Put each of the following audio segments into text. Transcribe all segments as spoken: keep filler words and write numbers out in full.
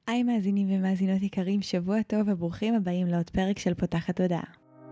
היי מאזינים ומאזינות יקרים, שבוע טוב וברוכים הבאים לעוד פרק של פותחת תודעה.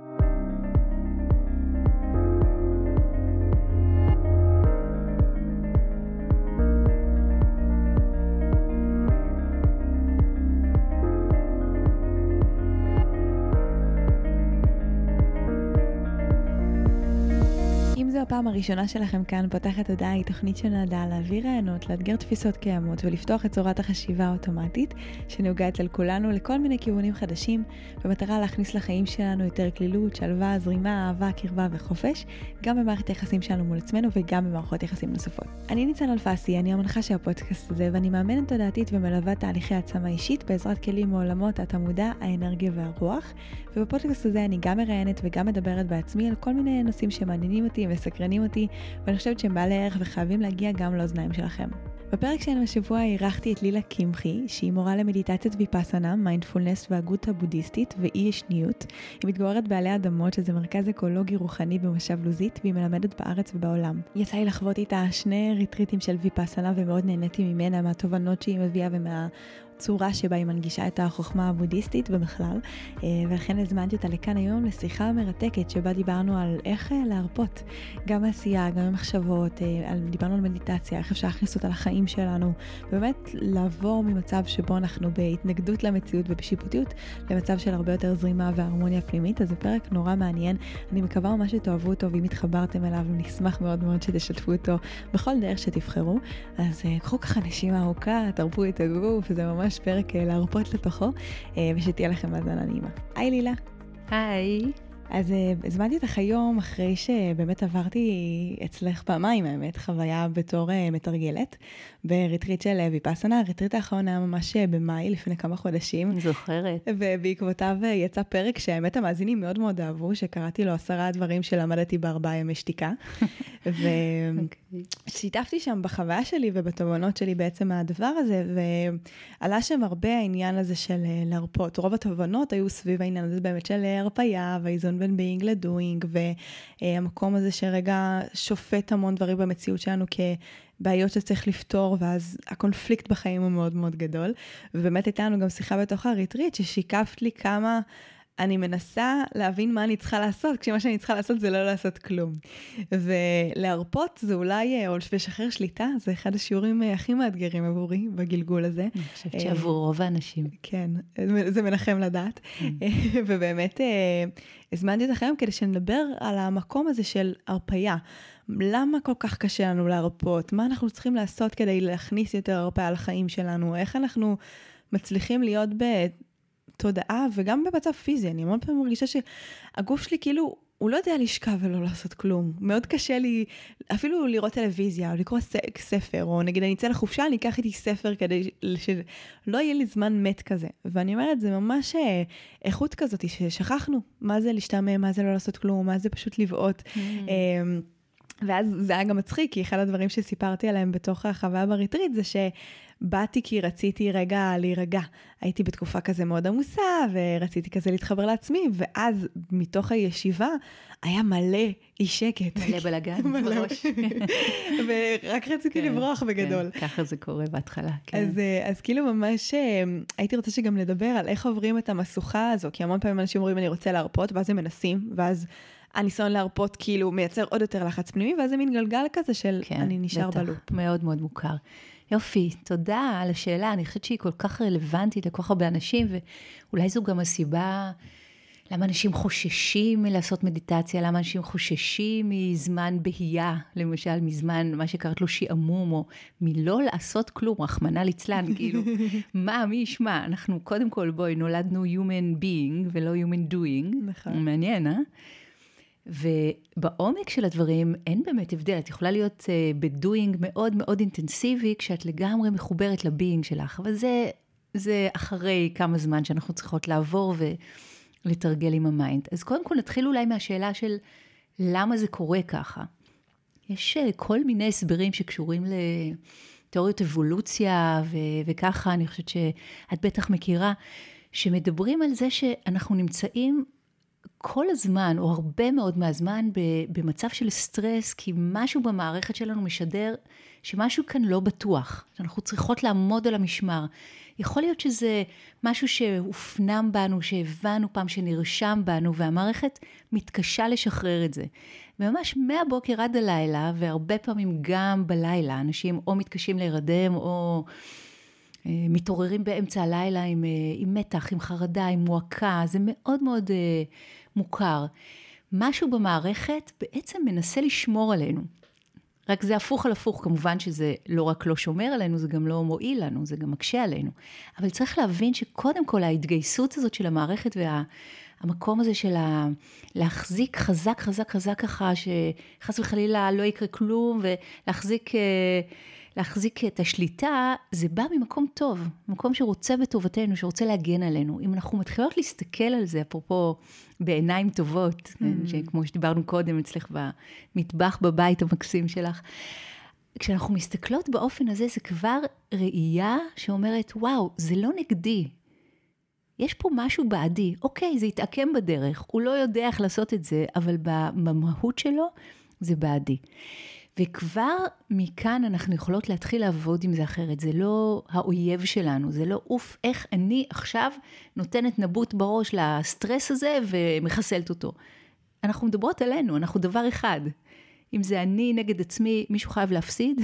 הפעם הראשונה שלכם כאן, פותחת תודעה היא תוכנית שנועדה להעביר רעיונות, לאתגר תפיסות קיימות ולפתוח את צורת החשיבה האוטומטית שנהוגה אצל כולנו לכל מיני כיוונים חדשים, במטרה להכניס לחיים שלנו יותר כלילות, שלווה, זרימה, אהבה, קרבה וחופש, גם במערכת היחסים שלנו מול עצמנו וגם במערכות יחסים נוספות. אני ניצן אלפסי, אני המנחה של הפודקאסט הזה, ואני מאמנת תודעתית ומלווה תהליכי העצמה אישית בעזרת כלים מעולמות התמודע, האנרגיה והרוח. ובפודקאסט הזה אני גם מראיינת וגם מדברת בעצמי על כל מיני נושאים שמעניינים אותי מסקרנים אותי, ואני חושבת שהם בעלי ערך וחייבים להגיע גם לאוזניים שלכם. בפרק שלנו השבוע אירחתי את לילה קמחי, שהיא מורה למדיטציית ויפאסנה, מיינדפולנס והגות הבודהיסטית ואי שניות. היא מתגוררת בעלי אדמות, שזה מרכז אקולוגי רוחני במושב לוזית, והיא מלמדת בארץ ובעולם. יצא לי לחוות איתה שני ריטריטים של ויפאסנה, ומאוד נהניתי ממנה, מהתובנות שהיא מביאה ומה צורה שבה היא מנגישה את החוכמה הבודהיסטית ובכלל, ולכן הזמנתי אותה לכאן היום לשיחה מרתקת שבה דיברנו על איך להרפות, גם מעשייה, גם במחשבות, דיברנו על מדיטציה, איך אפשר להכניס אותה לחיים שלנו, באמת לעבור ממצב שבו אנחנו בהתנגדות למציאות ובשיפוטיות, למצב של הרבה יותר זרימה והרמוניה פנימית. אז זה פרק נורא מעניין, אני מקווה ממש שתאהבו אותו, ואם התחברתם אליו נשמח מאוד מאוד שתשתפו אותו בכל דרך שתבחרו. אז קחו ככה נשימה ארוכה, תרפו את הגוף, וזה ממש פרק להרפות לתוכו, ושתהיה לכם מאזנה נעימה. היי לילה. היי. אז הזמנתי אותך היום אחרי שבאמת עברתי אצלך פעמיים, האמת, חוויה בתור מתרגלת, בריטריט של ויפאסנה. הריטריט האחרון היה ממש במאי, לפני כמה חודשים. זוכרת. ובעקבותיו יצא פרק שהאמת המאזינים מאוד מאוד אהבו, שקראתי לו עשרה דברים שלמדתי בארבעה ימי שתיקה. ושיתפתי שם בחוויה שלי ובתובנות שלי בעצם הדבר הזה, ועלה שם הרבה העניין הזה של להרפות. רוב התובנות היו סביב העניין הזה באמת של הרפיה והאיזון בין being לדוינג, והמקום הזה שרגע שופט המון דברים במציאות שלנו כבעיות שצריך לפתור, ואז הקונפליקט בחיים הוא מאוד מאוד גדול. ובאמת הייתה לנו גם שיחה בתוך הריטריט, ששיקפת לי כמה אני מנסה להבין מה אני צריכה לעשות, כשמה שאני צריכה לעשות זה לא לעשות כלום. ולהרפות זה אולי, או לשחרר שליטה, זה אחד השיעורים הכי מאתגרים עבורי בגלגול הזה. אני חושבת שעבור רוב האנשים. כן, זה מנחם לדעת. ובאמת, הזמנתי אותך היום כדי שנדבר על המקום הזה של הרפיה. למה כל כך קשה לנו להרפות? מה אנחנו צריכים לעשות כדי להכניס יותר הרפיה לחיים שלנו? איך אנחנו מצליחים להיות ב... תודעה, וגם במצב פיזי. אני מאוד פעם מרגישה שהגוף שלי כאילו, הוא לא יודע לשכב ולא לעשות כלום. מאוד קשה לי, אפילו לראות טלוויזיה, או לקרוא ספר, או נגיד אני אצא לחופשה, אני אקח איתי ספר כדי שלא יהיה לי זמן מת כזה. ואני אומרת, זה ממש איכות כזאת, ששכחנו מה זה להשתמם, מה זה לא לעשות כלום, מה זה פשוט לבעוט. ואז זה היה גם מצחיק, כי אחד הדברים שסיפרתי עליהם בתוך החוויה בריטריט, זה שבאתי כי רציתי רגע להירגע. הייתי בתקופה כזה מאוד עמוסה, ורציתי כזה להתחבר לעצמי, ואז מתוך הישיבה היה מלא אי שקט. מלא בלגן בראש. ורק רציתי לברוח בגדול. ככה זה קורה בהתחלה. אז כאילו ממש הייתי רוצה שגם לדבר על איך עוברים את המסוכה הזו, כי המון פעמים אנשים אומרים אני רוצה להרפות, ואז הם מנסים, ואז הניסיון להרפות כאילו מייצר עוד יותר לחץ פנימי, ואז זה מין גלגל כזה של כן, אני נשאר בטח, בלופ. מאוד מאוד מוכר. יופי, תודה על השאלה, אני חושבת שהיא כל כך רלוונטית לכל כך הרבה אנשים, ואולי זו גם הסיבה למה אנשים חוששים מלעשות מדיטציה, למה אנשים חוששים מזמן בהייה, למשל מזמן מה שקראת לו שעמום, או מלא לעשות כלום, רחמנא ליצלן, כאילו, מה, מי ישמע? אנחנו קודם כל, בואי, נולדנו human being ולא human doing, נכון. מעניין, אה? ובעומק של הדברים אין באמת הבדל, את יכולה להיות uh, בדוינג מאוד מאוד אינטנסיבי, כשאת לגמרי מחוברת לביינג שלך, אבל זה, זה אחרי כמה זמן שאנחנו צריכות לעבור ולתרגל עם המיינד. אז קודם כל נתחיל אולי מהשאלה של למה זה קורה ככה. יש uh, כל מיני הסברים שקשורים לתיאוריות אבולוציה ו- וככה, אני חושבת שאת בטח מכירה, שמדברים על זה שאנחנו נמצאים כל הזמן, או הרבה מאוד מהזמן, במצב של סטרס, כי משהו במערכת שלנו משדר שמשהו כאן לא בטוח, שאנחנו צריכות לעמוד על המשמר. יכול להיות שזה משהו שהופנם בנו, שהבנו פעם, שנרשם בנו, והמערכת מתקשה לשחרר את זה. וממש מהבוקר עד הלילה, והרבה פעמים גם בלילה, אנשים או מתקשים להירדם, או מתעוררים באמצע הלילה עם, עם מתח, עם חרדה, עם מועקה, זה מאוד מאוד מוכר. משהו במערכת בעצם מנסה לשמור עלינו. רק זה הפוך על הפוך, כמובן שזה לא רק לא שומר עלינו, זה גם לא מועיל לנו, זה גם מקשה עלינו. אבל צריך להבין שקודם כל ההתגייסות הזאת של המערכת והמקום הזה של להחזיק חזק, חזק, חזק ככה, שחס וחלילה לא יקרה כלום, ולהחזיק להחזיק את השליטה, זה בא ממקום טוב, מקום שרוצה בטובתנו, שרוצה להגן עלינו. אם אנחנו מתחילות להסתכל על זה, אפרופו בעיניים טובות, mm. שכמו שדיברנו קודם אצלך במטבח בבית המקסים שלך, כשאנחנו מסתכלות באופן הזה, זה כבר ראייה שאומרת, וואו, זה לא נגדי. יש פה משהו בעדי. אוקיי, זה יתעקם בדרך. הוא לא יודע איך לעשות את זה, אבל במהות שלו זה בעדי. וכבר מכאן אנחנו יכולות להתחיל לעבוד עם זה אחרת. זה לא האויב שלנו, זה לא אוף, איך אני עכשיו נותנת נבוט בראש לסטרס הזה ומחסלת אותו. אנחנו מדברות עלינו, אנחנו דבר אחד. אם זה אני נגד עצמי, מישהו חייב להפסיד,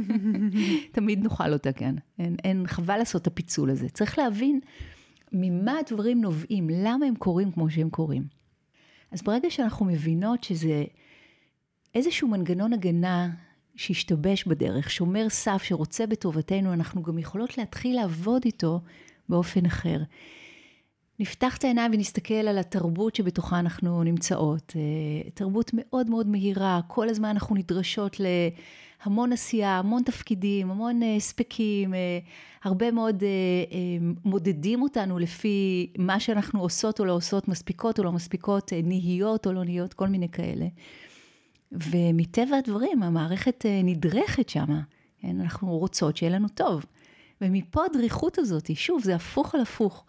תמיד נוכל אותה כאן. אין, אין חבל לעשות את הפיצול הזה. צריך להבין ממה הדברים נובעים, למה הם קורים כמו שהם קורים. אז ברגע שאנחנו מבינות שזה איזשהו מנגנון הגנה שהשתבש בדרך, שומר סף שרוצה בטובתנו, אנחנו גם יכולות להתחיל לעבוד איתו באופן אחר. נפתח את העיניים ונסתכל על התרבות שבתוכה אנחנו נמצאות. תרבות מאוד מאוד מהירה, כל הזמן אנחנו נדרשות להמון עשייה, המון תפקידים, המון ספקים, הרבה מאוד מודדים אותנו לפי מה שאנחנו עושות או לא עושות, מספיקות או לא מספיקות, נהיות או לא נהיות, כל מיני כאלה. ומטבע הדברים, המערכת נדרכת שמה, כן? אנחנו רוצות שיהיה לנו טוב. ומפה הדריכות הזאת, שוב, זה הפוך על הפוך.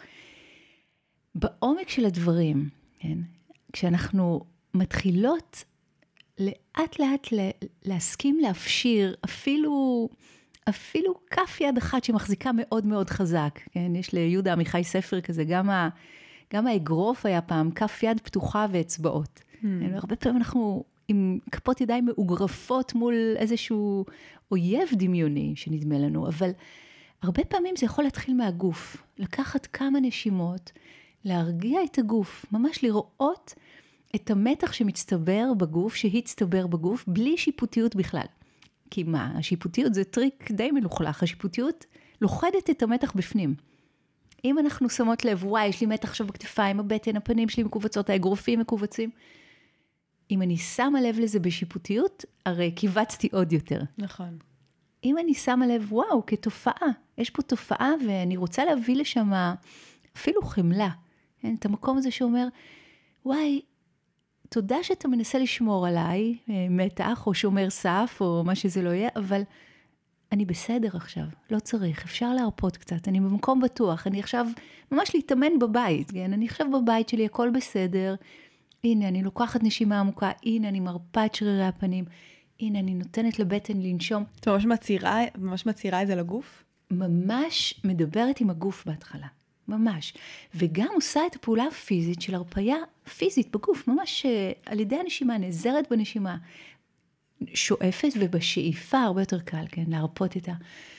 בעומק של הדברים, כן? כשאנחנו מתחילות לאט לאט להסכים להפשיר, אפילו, אפילו כף יד אחת שמחזיקה מאוד מאוד חזק, כן? יש ליהודה עמיחי ספר כזה, גם, ה, גם האגרוף היה פעם, כף יד פתוחה ואצבעות. Hmm. הרבה פעמים אנחנו עם כפות ידיים מאוגרפות מול איזשהו אויב דמיוני שנדמה לנו, אבל הרבה פעמים זה יכול להתחיל מהגוף, לקחת כמה נשימות, להרגיע את הגוף, ממש לראות את המתח שמצטבר בגוף, שהצטבר בגוף, בלי שיפוטיות בכלל. כי מה? השיפוטיות זה טריק די מלוכלך, השיפוטיות לוחדת את המתח בפנים. אם אנחנו שמות לב, וואי, יש לי מתח עכשיו בכתפיים, הבטן, הפנים שלי מקובצות, האגרופים מקובצים, אם אני שמה לב לזה בשיפוטיות, הרי קיבצתי עוד יותר. נכון. אם אני שמה לב, וואו, כתופעה, יש פה תופעה, ואני רוצה להביא לשם אפילו חמלה, כן? את המקום הזה שאומר, וואי, תודה שאתה מנסה לשמור עליי, מתח, או שומר סף, או מה שזה לא יהיה, אבל אני בסדר עכשיו, לא צריך, אפשר להרפות קצת, אני במקום בטוח, אני עכשיו ממש להתאמן בבית, כן? אני עכשיו בבית שלי, הכל בסדר, הנה, אני לוקחת נשימה עמוקה, הנה, אני מרפה את שרירי הפנים, הנה, אני נותנת לבטן לנשום. את ממש מצירה, ממש מצירה את זה לגוף? ממש מדברת עם הגוף בהתחלה, ממש. וגם עושה את הפעולה הפיזית של הרפיה פיזית בגוף, ממש על ידי הנשימה, נעזרת בנשימה, שואפת ובשאיפה הרבה יותר קל, כן, להרפות את ה...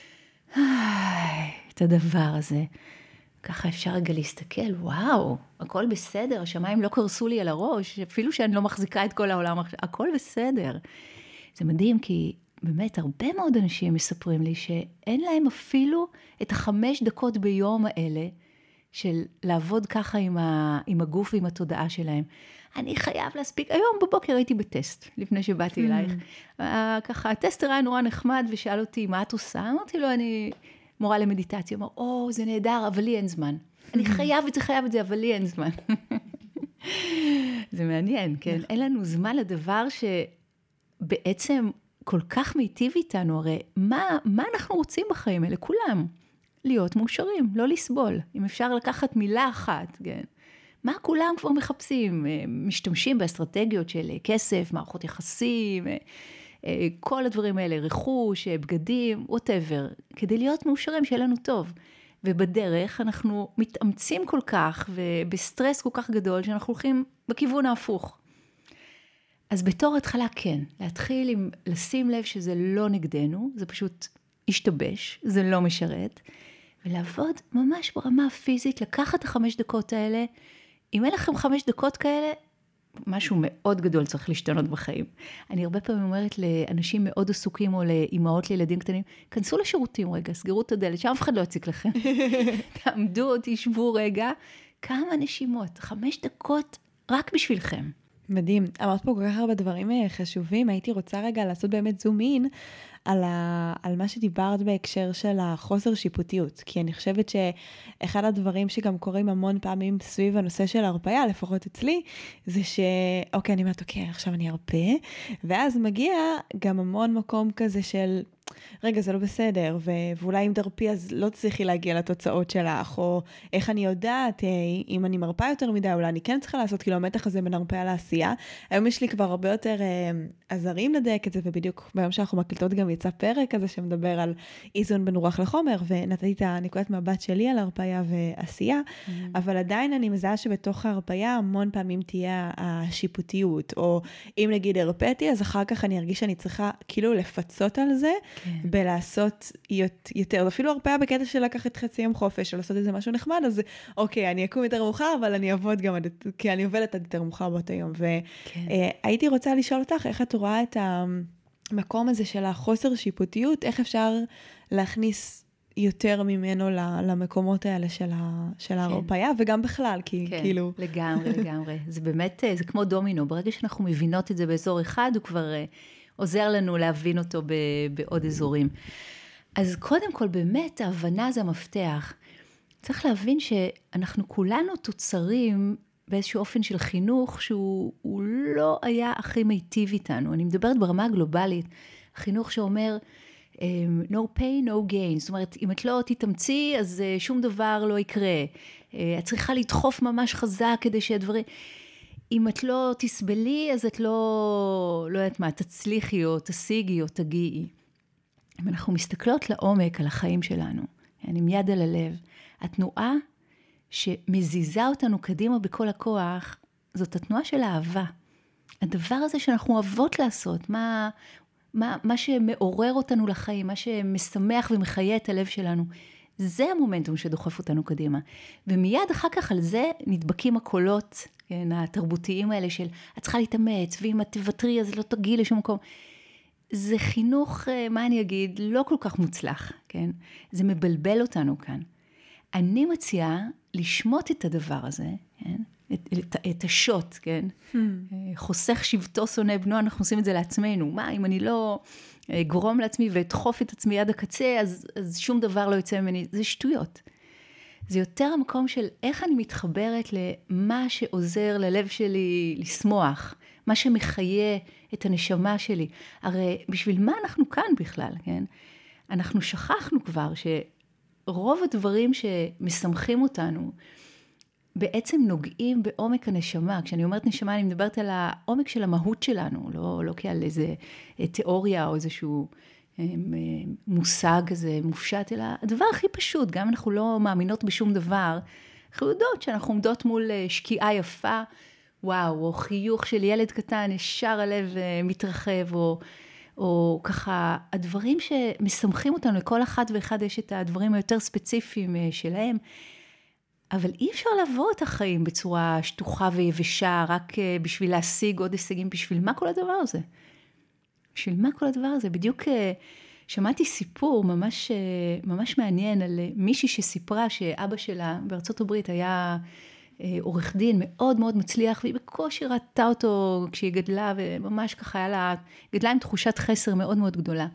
את הדבר הזה. ככה אפשר רגע להסתכל, וואו, הכל בסדר, השמיים לא קרסו לי על הראש, אפילו שאני לא מחזיקה את כל העולם, הכל בסדר. זה מדהים, כי באמת הרבה מאוד אנשים מספרים לי שאין להם אפילו את החמש דקות ביום האלה, של לעבוד ככה עם, ה, עם הגוף ועם התודעה שלהם. אני חייב להספיק, היום בבוקר הייתי בטסט, לפני שבאתי אלייך. ככה, הטסט הראה נורא נחמד, ושאל אותי, מה את עושה? אמרתי לו, אני מורה למדיטציה. אמר, או, זה נהדר, אבל לי אין זמן. אני חייב את זה, חייב את זה, אבל לי אין זמן. זה מעניין, כן? אין לנו זמן לדבר שבעצם כל כך מיטיב איתנו, הרי מה, מה אנחנו רוצים בחיים האלה? כולם. להיות מאושרים, לא לסבול. אם אפשר לקחת מילה אחת, כן? מה כולם כבר מחפשים? משתמשים באסטרטגיות של כסף, מערכות יחסים, כל הדברים האלה, רכוש, בגדים, whatever, כדי להיות מאושרים, שיהיה לנו טוב. ובדרך אנחנו מתאמצים כל כך, ובסטרס כל כך גדול, שאנחנו הולכים בכיוון ההפוך. אז בתור התחלה כן, להתחיל עם, לשים לב שזה לא נגדנו, זה פשוט ישתבש, זה לא משרת, ולעבוד ממש ברמה הפיזית, לקחת את החמש דקות האלה, אם אין לכם חמש דקות כאלה, משהו מאוד גדול צריך להשתנות בחיים. אני הרבה פעמים אומרת לאנשים מאוד עסוקים, או לאימהות לילדים קטנים, כנסו לשירותים רגע, סגרו את הדלת, שאף אחד לא יציק לכם. תעמדו, תשבו רגע, כמה נשימות, חמש דקות רק בשבילכם. מדהים. אמרת פה כל כך הרבה דברים חשובים, הייתי רוצה רגע לעשות באמת זום אין על, ה... על מה שדיברת בהקשר של החוסר שיפוטיות, כי אני חושבת שאחד הדברים שגם קורים המון פעמים סביב הנושא של ההרפאיה, לפחות אצלי, זה שאוקיי, אני אומרת, אוקיי, עכשיו אני ארפה, ואז מגיע גם המון מקום כזה של, רגע, זה לא בסדר, ו... ואולי אם תרפי אז לא צריכי להגיע לתוצאות שלך, או איך אני יודעת, אם אני מרפאה יותר מדי, אולי אני כן צריכה לעשות, כאילו המתח הזה בין הרפאה לעשייה. היום יש לי כבר הרבה יותר אה, עזרים לדייק את זה, ובדיוק ביום שאנחנו מקליטות גם יצא פרק כזה שמדבר על איזון בין רוח לחומר, ונתתי את הנקודת מבט שלי על הרפאיה ועשייה, mm-hmm. אבל עדיין אני מזהה שבתוך ההרפאיה המון פעמים תהיה השיפוטיות, או אם נגיד הרפאתי, אז אחר כך אני ארגיש שאני צריכה כאילו לפצות על זה, כן. בלעשות יותר, אפילו הרפאיה בקטע של לקחת חצי יום חופש, של לעשות איזה משהו נחמד, אז אוקיי, אני אקום יותר מאוחר, אבל אני אעבוד גם, כי אני עובדת עד יותר מאוחר באותו יום, והייתי רוצה לשאול אותך, איך את רואה את המקום הזה של החוסר שיפוטיות, איך אפשר להכניס יותר ממנו למקומות האלה של ההרפאיה, וגם בכלל, כי כאילו... לגמרי, לגמרי. זה באמת, זה כמו דומינו, ברגע שאנחנו מבינות את זה באזור אחד, הוא כבר עוזר לנו להבין אותו בעוד אזורים. אז קודם כל, באמת, ההבנה זה המפתח. צריך להבין שאנחנו כולנו תוצרים באיזשהו אופן של חינוך, שהוא לא היה הכי מיטיב איתנו. אני מדברת ברמה הגלובלית, חינוך שאומר, no pain, no gain. זאת אומרת, אם את לא תתאמצי, אז שום דבר לא יקרה. את צריכה לדחוף ממש חזק כדי שהדברים... אם את לא תסבלי, אז את לא, לא יודעת מה, תצליחי או תשיגי או תגיעי. אם אנחנו מסתכלות לעומק על החיים שלנו, אני מיד על הלב, התנועה שמזיזה אותנו קדימה בכל הכוח, זאת התנועה של האהבה. הדבר הזה שאנחנו אוהבות לעשות, מה, מה, מה שמעורר אותנו לחיים, מה שמשמח ומחיה את הלב שלנו, זה המומנטום שדוחף אותנו קדימה. ומיד אחר כך על זה נדבקים הקולות, כן, התרבותיים האלה של, את צריכה להתאמץ, ואם את תוותרי אז לא תגיעי לשום מקום. זה חינוך, מה אני אגיד, לא כל כך מוצלח, כן? זה מבלבל אותנו כאן. אני מציעה לשמוט את הדבר הזה, כן? את, את, את השוט, כן? Hmm. חוסך שבטו שונא בנו, אנחנו עושים את זה לעצמנו. מה, אם אני לא גרום לעצמי ודחוף את עצמי עד הקצה, אז, אז שום דבר לא יוצא ממני. זה שטויות. זה יותר המקום של איך אני מתחברת למה שעוזר ללב שלי לשמוח, מה שמחיה את הנשמה שלי. הרי בשביל מה אנחנו כאן בכלל, כן? אנחנו שכחנו כבר שרוב הדברים שמשמחים אותנו, בעצם נוגעים בעומק הנשמה. כשאני אומרת נשמה, אני מדברת על העומק של המהות שלנו, לא, לא כעל איזה תיאוריה או איזשהו מושג כזה מופשט, אלא הדבר הכי פשוט, גם אנחנו לא מאמינות בשום דבר, אנחנו יודעות שאנחנו עומדות מול שקיעה יפה, וואו, או חיוך של ילד קטן, ישר הלב מתרחב, או, או ככה, הדברים שמשמחים אותנו, לכל אחד ואחד יש את הדברים היותר ספציפיים שלהם, אבל אי אפשר לעבור את החיים בצורה שטוחה ויבשה, רק בשביל להשיג עוד הישגים, בשביל מה כל הדבר הזה? בשביל מה כל הדבר הזה? בדיוק שמעתי סיפור ממש, ממש מעניין על מישהי שסיפרה שאבא שלה בארצות הברית היה עורך דין מאוד מאוד מצליח, והיא בקושי ראתה אותו כשהיא גדלה, וממש ככה היה לה, גדלה עם תחושת חסר מאוד מאוד גדולה.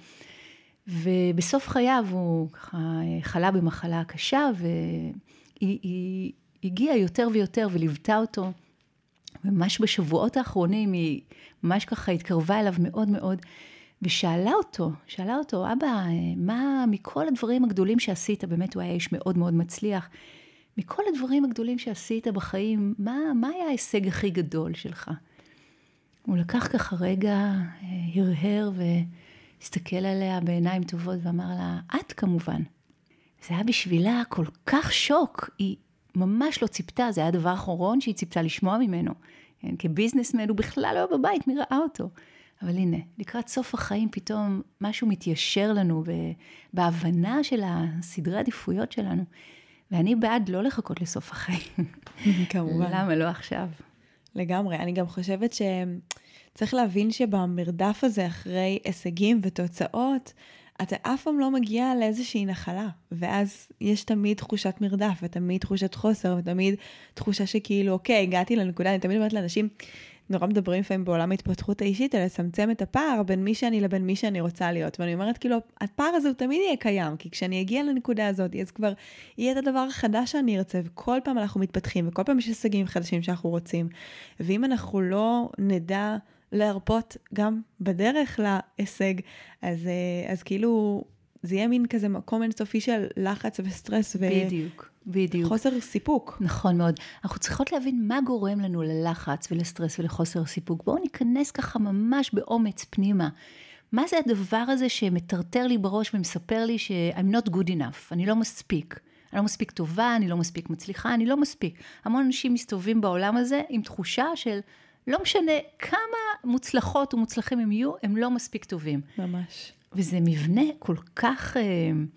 ובסוף חייו הוא ככה חלה במחלה קשה, והיא היא הגיעה יותר ויותר וליוותה אותו. ממש בשבועות האחרונים היא ממש ככה התקרבה אליו מאוד מאוד, ושאלה אותו, שאלה אותו, אבא, מה מכל הדברים הגדולים שעשית, באמת הוא היה איש מאוד מאוד מצליח, מכל הדברים הגדולים שעשית בחיים, מה, מה היה ההישג הכי גדול שלך? הוא לקח ככה רגע, הרהר והסתכל עליה בעיניים טובות ואמר לה, את כמובן. זה היה בשבילה כל כך שוק, היא ממש לא ציפתה, זה היה הדבר האחרון שהיא ציפתה לשמוע ממנו. כן, כביזנסמן הוא בכלל לא היה בבית, מי ראה אותו? אבל הנה, לקראת סוף החיים פתאום משהו מתיישר לנו בהבנה של הסדרי עדיפויות שלנו. ואני בעד לא לחכות לסוף החיים. כמובן. למה לא עכשיו? לגמרי. אני גם חושבת שצריך להבין שבמרדף הזה אחרי הישגים ותוצאות, אתה אף פעם לא מגיע לאיזושהי נחלה, ואז יש תמיד תחושת מרדף, ותמיד תחושת חוסר, ותמיד תחושה שכאילו, אוקיי, הגעתי לנקודה, אני תמיד אומרת לאנשים, נורא מדברים לפעמים בעולם ההתפתחות האישית, על לצמצם את הפער בין מי שאני לבין מי שאני רוצה להיות, ואני אומרת כאילו, הפער הזה הוא תמיד יהיה קיים, כי כשאני אגיע לנקודה הזאת, אז כבר יהיה את הדבר החדש שאני ארצה, וכל פעם אנחנו מתפתחים, וכל פעם יש הישגים חדשים שאנחנו רוצים, ואם אנחנו לא נדע להרפות גם בדרך להישג, אז, אז כאילו זה יהיה מין כזה מקום אינסופי של לחץ וסטרס בדיוק, בדיוק. וחוסר סיפוק. נכון מאוד. אנחנו צריכות להבין מה גורם לנו ללחץ ולסטרס ולחוסר סיפוק. בואו ניכנס ככה ממש באומץ פנימה. מה זה הדבר הזה שמטרטר לי בראש ומספר לי ש-I'm not good enough, אני לא מספיק. אני לא מספיק טובה, אני לא מספיק מצליחה, אני לא מספיק. המון אנשים מסתובבים בעולם הזה עם תחושה של לא משנה כמה מוצלחות ומוצלחים הם יהיו, הם לא מספיק טובים. ממש. וזה מבנה כל כך אה,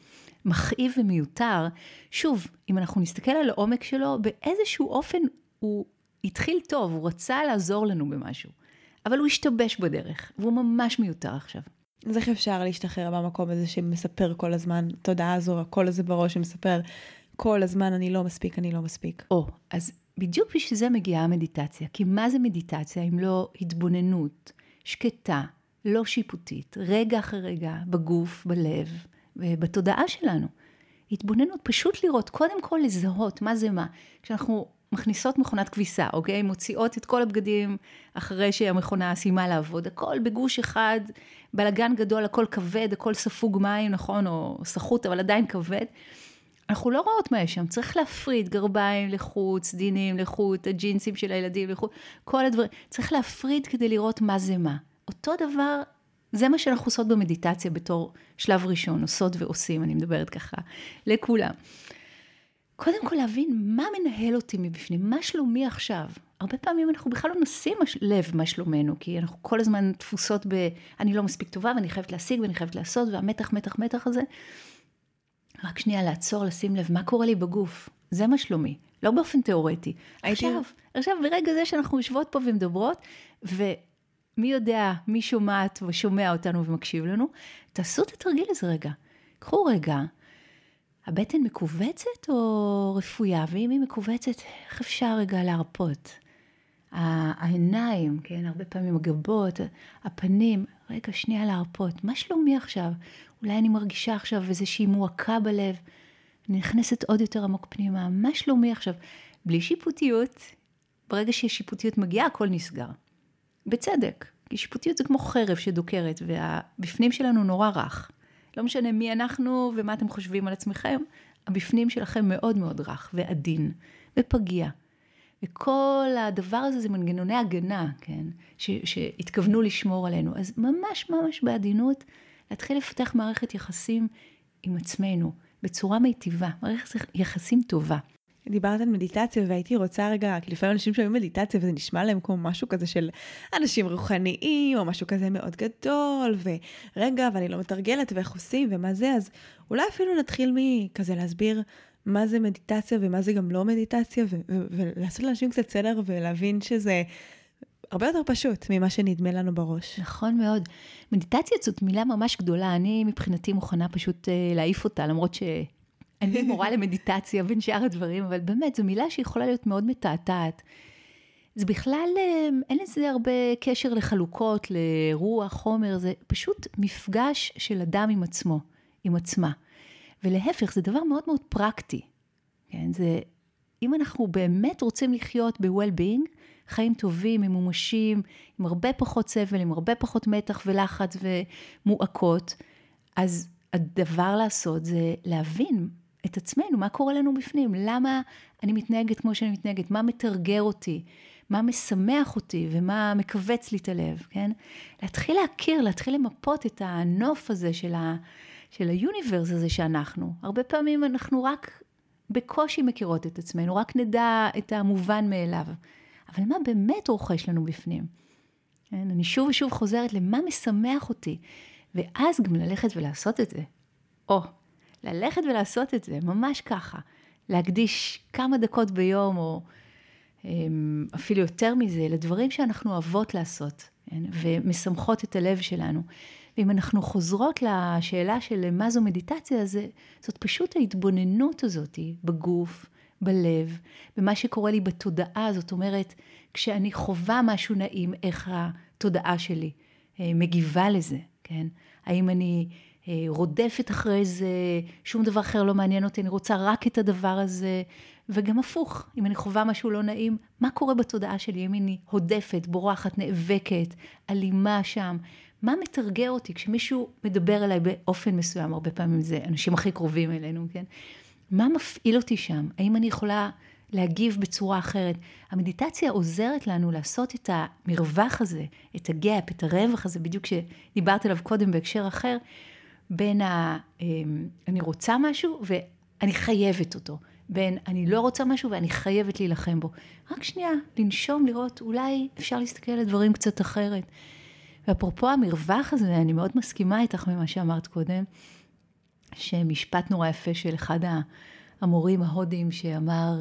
מכאיב ומיותר. שוב, אם אנחנו נסתכל על העומק שלו, באיזשהו אופן הוא התחיל טוב, הוא רצה לעזור לנו במשהו. אבל הוא השתבש בדרך, והוא ממש מיותר עכשיו. אז איך אפשר להשתחרר במקום הזה שמספר כל הזמן, תודעה הזו, הקול הזה בראש שמספר כל הזמן, אני לא מספיק, אני לא מספיק. או, אז בדיוק בשביל זה מגיעה המדיטציה. כי מה זה מדיטציה אם לא התבוננות, שקטה, לא שיפוטית, רגע אחרי רגע, בגוף, בלב, בתודעה שלנו. התבוננות, פשוט לראות, קודם כל לזהות מה זה מה. כשאנחנו מכניסות מכונת כביסה, אוקיי? מוציאות את כל הבגדים אחרי שהמכונה סיימה לעבוד. הכל בגוש אחד, בלגן גדול, הכל כבד, הכל ספוג מים, נכון? או סחוט, אבל עדיין כבד. אנחנו לא רואות מה יש שם. צריך להפריד גרביים לחוץ, סדינים לחוץ, הג'ינסים של הילדים לחוץ, כל הדברים. צריך להפריד כדי לראות מה זה מה. אותו דבר, זה מה שאנחנו עושות במדיטציה בתור שלב ראשון, עושות ועושים, אני מדברת ככה, לכולם. קודם כל להבין מה מנהל אותי מבפנים, מה שלומי עכשיו. הרבה פעמים אנחנו בכלל לא נשים לב מה שלומנו, כי אנחנו כל הזמן תפוסות ב, אני לא מספיק טובה, ואני חייבת להשיג, ואני חייבת לעשות, והמתח, מתח, מתח הזה. רק שנייה לעצור, לשים לב, מה קורה לי בגוף? זה מה שלומי, לא באופן תיאורטי. עכשיו, עכשיו ברגע זה שאנחנו יושבות פה ומדברות, ומי יודע, מי שומעת ושומע אותנו ומקשיב לנו, תעשו את התרגיל הזה רגע. קחו רגע, הבטן מקובצת או רפויה? ואם היא מקובצת, איך אפשר רגע להרפות? העיניים, כן, הרבה פעמים הגבות, הפנים, רגע שנייה להרפות. מה שלומי עכשיו? אולי אני מרגישה עכשיו איזושהי מועקה בלב, אני נכנסת עוד יותר עמוק פנימה. מה שלומי עכשיו? בלי שיפוטיות, ברגע שהשיפוטיות מגיעה, הכל נסגר. בצדק, כי שיפוטיות זה כמו חרב שדוקרת, והבפנים שלנו נורא רך. לא משנה מי אנחנו ומה אתם חושבים על עצמכם, הבפנים שלכם מאוד מאוד רך ועדין ופגיע. וכל הדבר הזה זה מנגנוני הגנה, כן? ש- שהתכוונו לשמור עלינו. אז ממש ממש בעדינות, להתחיל לפתח מערכת יחסים עם עצמנו, בצורה מיטיבה, מערכת יחסים טובה. דיברת על מדיטציה והייתי רוצה רגע, כי לפעמים אנשים שומעים מדיטציה וזה נשמע להם כמו משהו כזה של אנשים רוחניים או משהו כזה מאוד גדול ורגע ואני לא מתרגלת ואיך עושים ומה זה, אז אולי אפילו נתחיל מכזה להסביר מה זה מדיטציה ומה זה גם לא מדיטציה ו- ו- ולעשות לאנשים קצת סדר ולהבין שזה הרבה יותר פשוט ממה שנדמה לנו בראש. נכון מאוד. מדיטציה זאת מילה ממש גדולה, אני מבחינתי מוכנה פשוט uh, להעיף אותה, למרות ש... אני מורה למדיטציה בין שאר הדברים, אבל באמת, זו מילה שיכולה להיות מאוד מתעתעת. זה בכלל, אין לזה הרבה קשר לחלוקות, לרוח, חומר, זה פשוט מפגש של אדם עם עצמו, עם עצמה. ולהפך, זה דבר מאוד מאוד פרקטי. כן? זה, אם אנחנו באמת רוצים לחיות ב-well-being, חיים טובים, ממומשים, עם הרבה פחות סבל, עם הרבה פחות מתח ולחץ ומועקות, אז הדבר לעשות זה להבין את עצמנו, מה קורה לנו בפנים, למה אני מתנהגת כמו שאני מתנהגת, מה מתרגר אותי, מה משמח אותי ומה מקווץ לי את הלב, כן? להתחיל להכיר, להתחיל למפות את הנוף הזה של, ה, של היוניברס הזה שאנחנו. הרבה פעמים אנחנו רק בקושי מכירות את עצמנו, רק נדע את המובן מאליו. אבל מה באמת רוכש לנו בפנים? כן? אני שוב ושוב חוזרת למה משמח אותי, ואז גם ללכת ולעשות את זה. או, ללכת ולעשות את זה, ממש ככה. להקדיש כמה דקות ביום, או אפילו יותר מזה, לדברים שאנחנו אוהבות לעשות, כן? ומשמחות את הלב שלנו. ואם אנחנו חוזרות לשאלה של מה זו מדיטציה, זה, זאת פשוט ההתבוננות הזאת בגוף, בלב, במה שקורה לי בתודעה. זאת אומרת, כשאני חווה משהו נעים, איך התודעה שלי מגיבה לזה, כן? האם אני רודפת אחרי זה, שום דבר אחר לא מעניין אותי, אני רוצה רק את הדבר הזה, וגם הפוך, אם אני חווה משהו לא נעים, מה קורה בתודעה שלי? אם אני הודפת, בורחת, נאבקת, אלימה שם, מה מתרגר אותי כשמישהו מדבר אליי באופן מסוים, הרבה פעמים זה אנשים הכי קרובים אלינו, כן? מה מפעיל אותי שם? האם אני יכולה להגיב בצורה אחרת? המדיטציה עוזרת לנו לעשות את המרווח הזה, את הגאפ, את הרווח הזה, בדיוק שדיברת עליו קודם בהקשר אחר, בין ה, אני רוצה משהו ואני חייבת אותו, בין אני לא רוצה משהו ואני חייבת להילחם בו. רק שנייה, לנשום, לראות, אולי אפשר להסתכל על דברים קצת אחרת. ואפרופו המרווח הזה, אני מאוד מסכימה איתך ממה שאמרת קודם, שמשפט נורא יפה של אחד המורים ההודים שאמר,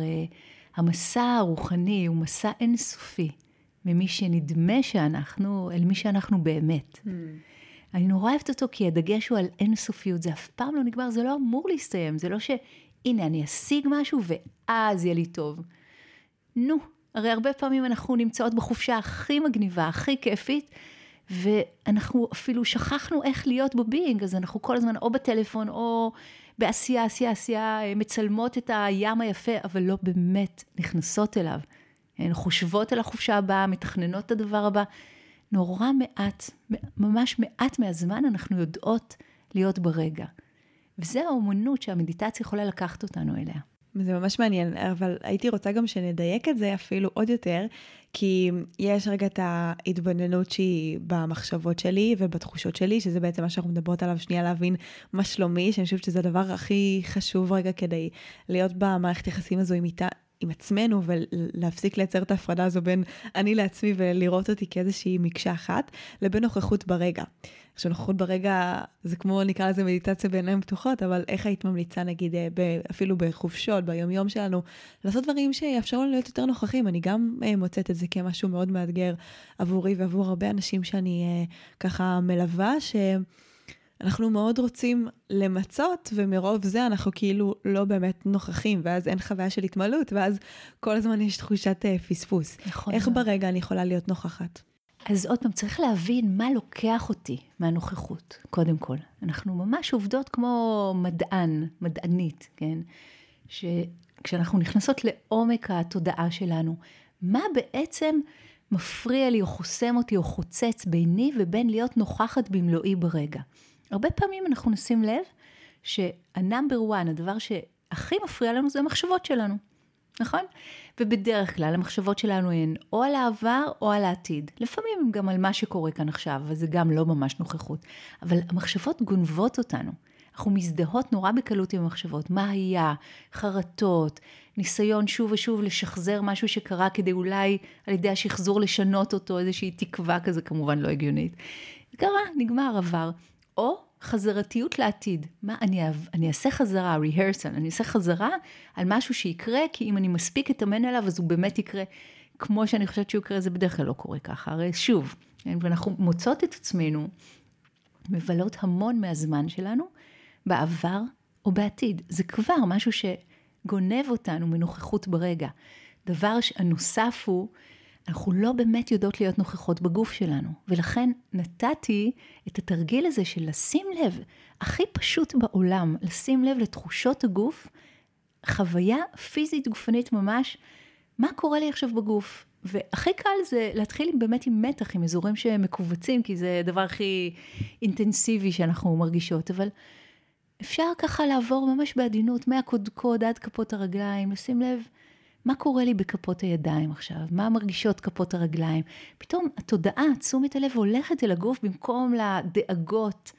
המסע הרוחני הוא מסע אינסופי, ממי שנדמה שאנחנו, אל מי שאנחנו באמת. Mm. אני נורא אוהבת אותו, כי הדגש הוא על אינסופיות, זה אף פעם לא נגמר, זה לא אמור להסתיים, זה לא שהנה אני אשיג משהו ואז יהיה לי טוב. נו, הרי הרבה פעמים אנחנו נמצאות בחופשה הכי מגניבה, הכי כיפית, ואנחנו אפילו שכחנו איך להיות בביינג, אז אנחנו כל הזמן או בטלפון או בעשייה, עשייה, עשייה, מצלמות את הים היפה, אבל לא באמת נכנסות אליו. הן חושבות על החופשה הבאה, מתכננות את הדבר הבא, נורא מעט, ממש מעט מהזמן אנחנו יודעות להיות ברגע. וזה האומנות שהמדיטציה יכולה לקחת אותנו אליה. זה ממש מעניין, אבל הייתי רוצה גם שנדייק את זה אפילו עוד יותר, כי יש רגע את ההתבוננות שהיא במחשבות שלי ובתחושות שלי, שזה בעצם מה שאנחנו מדברות עליו, שנייה להבין מה שלומי, שאני חושבת שזה הדבר הכי חשוב רגע כדי להיות במערכת יחסים הזו עם איתה, עם עצמנו, ולהפסיק לייצר את ההפרדה הזו בין אני לעצמי ולראות אותי כאיזושהי מקשה אחת, לבין נוכחות ברגע. עכשיו, נוכחות ברגע, זה כמו נקרא לזה מדיטציה בעיניים פתוחות, אבל איך היית ממליצה, נגיד, אפילו בחופשות, ביום יום שלנו, לעשות דברים שיאפשרו לנו להיות יותר נוכחים. אני גם מוצאת את זה כמשהו מאוד מאתגר עבורי ועבור הרבה אנשים שאני ככה מלווה, ש... אנחנו מאוד רוצים למצות, ומרוב זה אנחנו כאילו לא באמת נוכחים, ואז אין חוויה של התמלות, ואז כל הזמן יש תחושת פספוס. נכון. איך ברגע אני יכולה להיות נוכחת? אז עוד פעם, צריך להבין מה לוקח אותי מהנוכחות, קודם כל. אנחנו ממש עובדות כמו מדען, מדענית, כן? שכשאנחנו נכנסות לעומק התודעה שלנו, מה בעצם מפריע לי או חוסם אותי או חוצץ ביני ובין להיות נוכחת במלואי ברגע? הרבה פעמים אנחנו נשים לב שהנאמבר וואן, הדבר שהכי מפריע לנו זה המחשבות שלנו, נכון? ובדרך כלל המחשבות שלנו הן או על העבר או על העתיד. לפעמים הם גם על מה שקורה כאן עכשיו, וזה גם לא ממש נוכחות. אבל המחשבות גונבות אותנו. אנחנו מזדהות נורא בקלות עם המחשבות. מה היה? חרטות, ניסיון שוב ושוב לשחזר משהו שקרה כדי אולי על ידי השחזור לשנות אותו, איזושהי תקווה כזה כמובן לא הגיונית. קרה, נגמר, עבר. או חזרתיות לעתיד. מה, אני, אני אעשה חזרה, rehearsal, אני אעשה חזרה על משהו שיקרה, כי אם אני מספיק אתאמן עליו, אז הוא באמת יקרה כמו שאני חושבת שהוא יקרה, זה בדרך כלל לא קורה ככה. הרי שוב, ואנחנו מוצאות את עצמנו, מבלות המון מהזמן שלנו, בעבר או בעתיד. זה כבר משהו שגונב אותנו מנוכחות ברגע. דבר הנוסף הוא, אנחנו לא באמת יודעות להיות נוכחות בגוף שלנו, ולכן נתתי את התרגיל הזה של לשים לב, הכי פשוט בעולם, לשים לב לתחושות הגוף, חוויה פיזית גופנית ממש, מה קורה לי עכשיו בגוף? והכי קל זה להתחיל באמת עם מתח, עם אזורים שמקובצים, כי זה הדבר הכי אינטנסיבי שאנחנו מרגישות, אבל אפשר ככה לעבור ממש בעדינות, מהקודקוד עד כפות הרגליים, לשים לב מה קורה לי בכפות הידיים עכשיו, מה מרגישות כפות הרגליים. פתאום התודעה, תשומת הלב, הולכת אל הגוף במקום לדאגות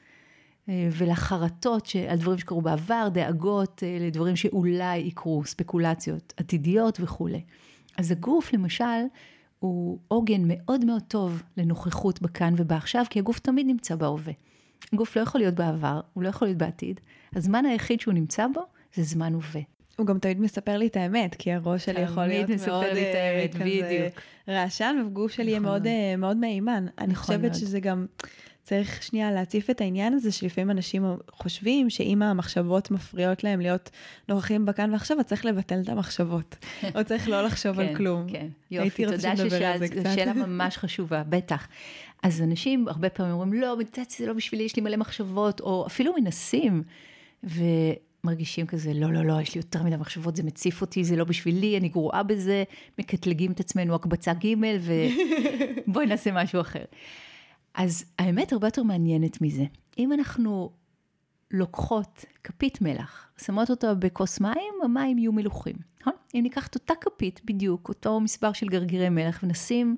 ולחרטות על דברים שקרו בעבר, דאגות לדברים שאולי יקרו, ספקולציות עתידיות וכו'. אז הגוף למשל הוא עוגן מאוד מאוד טוב לנוכחות בכאן ובעכשיו, כי הגוף תמיד נמצא בהווה. הגוף לא יכול להיות בעבר, הוא לא יכול להיות בעתיד. הזמן היחיד שהוא נמצא בו זה זמן הווה. הוא גם תמיד מספר לי את האמת, כי הראש שלי יכול להיות מאוד כזה רעשן, והגוף שלי יהיה מאוד מאוד מהימן. אני חושבת שזה גם צריך שנייה להציף את העניין הזה, שלפעמים אנשים חושבים שאם המחשבות מפריעות להם להיות נוכחים בכאן ועכשיו, אז צריך לבטל את המחשבות, או צריך לא לחשוב על כלום. כן, יופי, תודה ששאלת, זו שאלה ממש חשובה, בטח. אז אנשים הרבה פעמים אומרים, לא, מדיטציה זה לא בשבילי, יש לי מלא מחשבות, או אפילו מנסים, ומרגישים כזה, לא, לא, לא, יש לי יותר מדי מחשבות, זה מציף אותי, זה לא בשבילי, אני גרועה בזה, מקטלגים את עצמנו הקבצה ג' ובואי נעשה משהו אחר. אז האמת הרבה יותר מעניינת מזה. אם אנחנו לוקחות כפית מלח, שמות אותה בכוס מים, המים יהיו מלוחים. אם ניקח את אותה כפית בדיוק, אותו מספר של גרגירי מלח, ונשים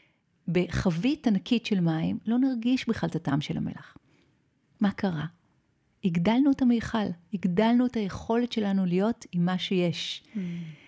בחבית ענקית של מים, לא נרגיש בכלל את הטעם של המלח. מה קרה? הגדלנו את המיכל, הגדלנו את היכולת שלנו להיות עם מה שיש. Mm.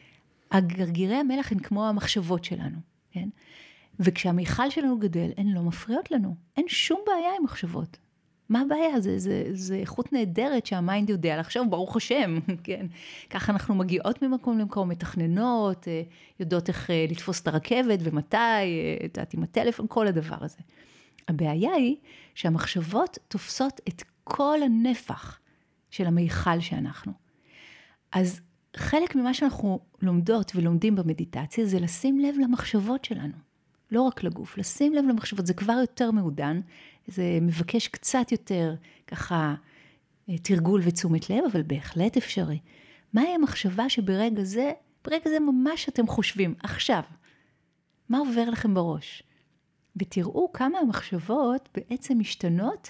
הגרגירי המלח הן כמו המחשבות שלנו, כן? וכשהמיכל שלנו גדל, הן לא מפריעות לנו. אין שום בעיה עם מחשבות. מה הבעיה? זה, זה, זה איכות נהדרת שהמיינד יודע לחשוב, ברוך השם, כן? ככה אנחנו מגיעות ממקום למקום, מתכננות, יודעות איך לתפוס את הרכבת ומתי, תעת עם הטלפון, כל הדבר הזה. הבעיה היא שהמחשבות תופסות את כל הנפח של המיכל שאנחנו. אז חלק ממה שאנחנו לומדות ולומדים במדיטציה, זה לשים לב למחשבות שלנו. לא רק לגוף, לשים לב למחשבות, זה כבר יותר מעודן, זה מבקש קצת יותר ככה תרגול ותשומת לב, אבל בהחלט אפשרי. מהי המחשבה שברגע זה, ברגע זה ממש אתם חושבים, עכשיו, מה עובר לכם בראש? ותראו כמה המחשבות בעצם משתנות,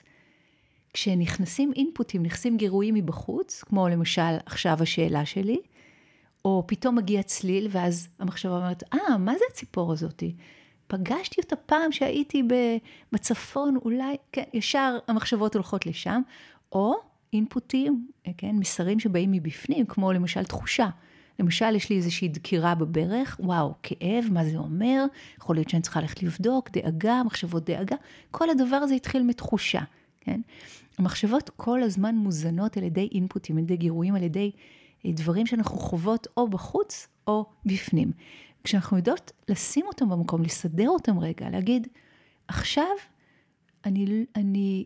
כשנכנסים אינפוטים, נכנסים גירויים מבחוץ, כמו למשל עכשיו השאלה שלי, או פתאום מגיע צליל, ואז המחשבה אומרת, אה, מה זה הציפור הזאתי? פגשתי אותה פעם שהייתי בצפון, אולי, כן, ישר המחשבות הולכות לשם, או אינפוטים, כן, מסרים שבאים מבפנים, כמו למשל תחושה. למשל, יש לי איזושהי דקירה בברך, וואו, כאב, מה זה אומר? יכול להיות שאני צריכה ללכת לבדוק, דאגה, מחשבות דאגה. כל הדבר הזה התחיל מתחושה, כן? המחשבות כל הזמן מוזנות על ידי אינפוטים, על ידי גירויים, על ידי דברים שאנחנו חוות או בחוץ או בפנים. כשאנחנו יודעות לשים אותם במקום, לסדר אותם רגע, להגיד, עכשיו אני, אני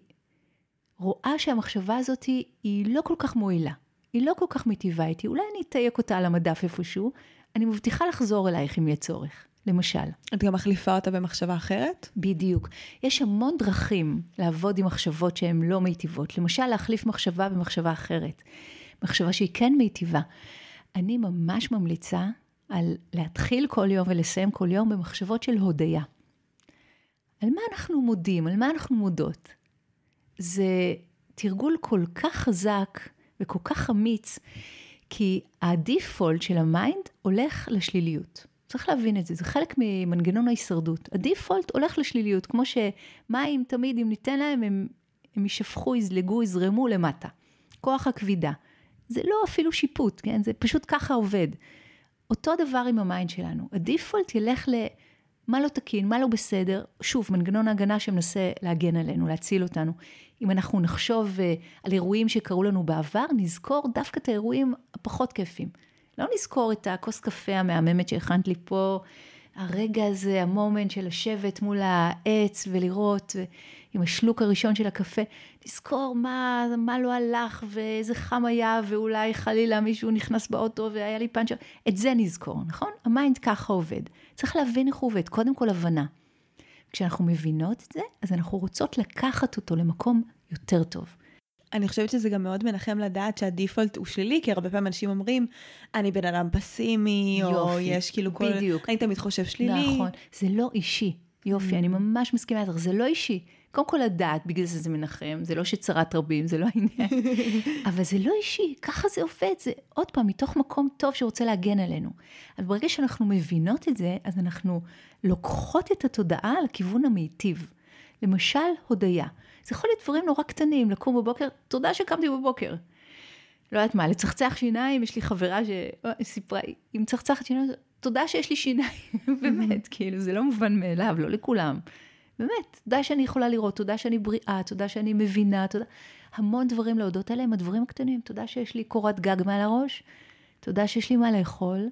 רואה שהמחשבה הזאת היא, היא לא כל כך מועילה, היא לא כל כך מטיבה איתי, אולי אני אתייק אותה על המדף איפשהו, אני מבטיחה לחזור אלייך אם יהיה צורך, למשל. את גם מחליפה אותה במחשבה אחרת? בדיוק. יש המון דרכים לעבוד עם מחשבות שהן לא מיטיבות, למשל להחליף מחשבה במחשבה אחרת, מחשבה שהיא כן מיטיבה. אני ממש ממליצה על להתחיל כל יום ולסיים כל יום במחשבות של הודיה. על מה אנחנו מודים, על מה אנחנו מודות. זה תרגול כל כך חזק וכל כך אמיץ, כי הדיפולט של המיינד הולך לשליליות. צריך להבין את זה, זה חלק ממנגנון ההישרדות. הדיפולט הולך לשליליות, כמו שמים תמיד, אם ניתן להם, הם, הם ישפכו, יזלגו, יזרמו למטה. כוח הכבידה. זה לא אפילו שיפוט, כן? זה פשוט ככה עובד. אותו דבר עם המיינד שלנו. הדיפולט ילך למה לא תקין, מה לא בסדר. שוב, מנגנון ההגנה שמנסה להגן עלינו, להציל אותנו. אם אנחנו נחשוב על אירועים שקרו לנו בעבר, נזכור דווקא את האירועים הפחות כיפים. לא נזכור את הכוס קפה המהממת שהכנת לי פה, הרגע הזה, המומנט של לשבת מול העץ ולראות עם השלוק הראשון של הקפה, נזכור מה, מה לא הלך ואיזה חם היה, ואולי חלילה מישהו נכנס באוטו והיה לי פאנצ'ר. את זה נזכור, נכון? המיינד ככה עובד. צריך להבין איך הוא עובד, קודם כל הבנה. כשאנחנו מבינות את זה, אז אנחנו רוצות לקחת אותו למקום יותר טוב. אני חושבת שזה גם מאוד מנחם לדעת שהדיפולט הוא שלילי, כי הרבה פעמים אנשים אומרים, אני בן אדם פסימי, או יש כאילו כל... בדיוק. אני תמיד חושב שלילי. נכון, זה לא אישי. יופי, אני ממש מסכימה איתך, זה לא אישי. קודם כל לדעת, בגלל זה זה מנחם, זה לא שצרת רבים, זה לא העניין. אבל זה לא אישי, ככה זה עובד, זה עוד פעם, מתוך מקום טוב שרוצה להגן עלינו. אז ברגע שאנחנו מבינות את זה, אז אנחנו לוקחות את התודעה לכיוון המיטיב. למשל, הודיה. זה יכול להיות דברים נורא קטנים, לקום בבוקר, תודה שקמתי בבוקר. לא יודעת מה, לצחצח שיניים, יש לי חברה שסיפרה, אם צחצחת שיניים, תודה שיש לי שיניים, באמת, כאילו, זה לא מובן מאליו, לא לכולם. באמת, תודה שאני יכולה לראות, תודה שאני בריאה, תודה שאני מבינה, תודה, המון דברים להודות עליהם, הדברים הקטנים, תודה שיש לי קורת גג מעל הראש, תודה שיש לי מה לאכול,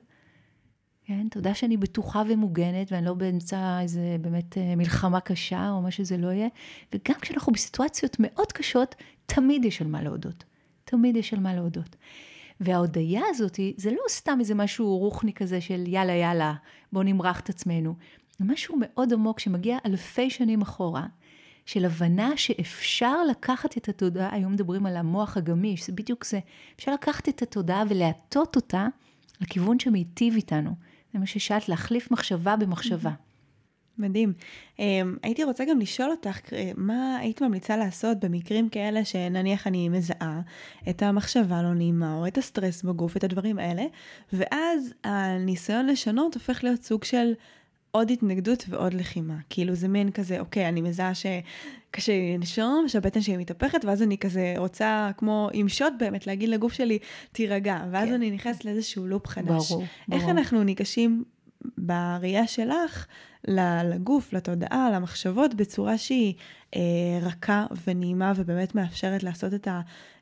כן, תודה שאני בטוחה ומוגנת, ואני לא באמצע איזה באמת מלחמה קשה, או מה שזה לא יהיה, וגם כשאנחנו בסיטואציות מאוד קשות, תמיד יש על מה להודות, תמיד יש על מה להודות. וההודיה הזאת, זה לא סתם איזה משהו רוחני כזה של יאללה יאללה, בוא נמרח את עצמנו, זה משהו מאוד עמוק שמגיע אלפי שנים אחורה, של הבנה שאפשר לקחת את התודעה, היום מדברים על המוח הגמיש, זה בדיוק זה, אפשר לקחת את התודעה ולהטות אותה לכיוון שמיטיב איתנו. זה מה ששאלת, להחליף מחשבה במחשבה. מדהים. הייתי רוצה גם לשאול אותך, מה היית ממליצה לעשות במקרים כאלה שנניח אני מזהה את המחשבה לא נעימה, או את הסטרס בגוף, את הדברים האלה, ואז הניסיון לשנות הופך להיות סוג של עוד התנגדות ועוד לחימה. כאילו זה מין כזה, אוקיי, אני מזהה שקשה לי לנשום, שהבטן שלי מתהפכת, ואז אני כזה רוצה, כמו עם שוט באמת, להגיד לגוף שלי, תירגע, ואז כן. אני נכנס לאיזשהו לופ חדש. ברור, איך ברור. אנחנו ניגשים בראייה שלך, לגוף, לתודעה, למחשבות, בצורה שהיא אה, רכה ונעימה, ובאמת מאפשרת לעשות את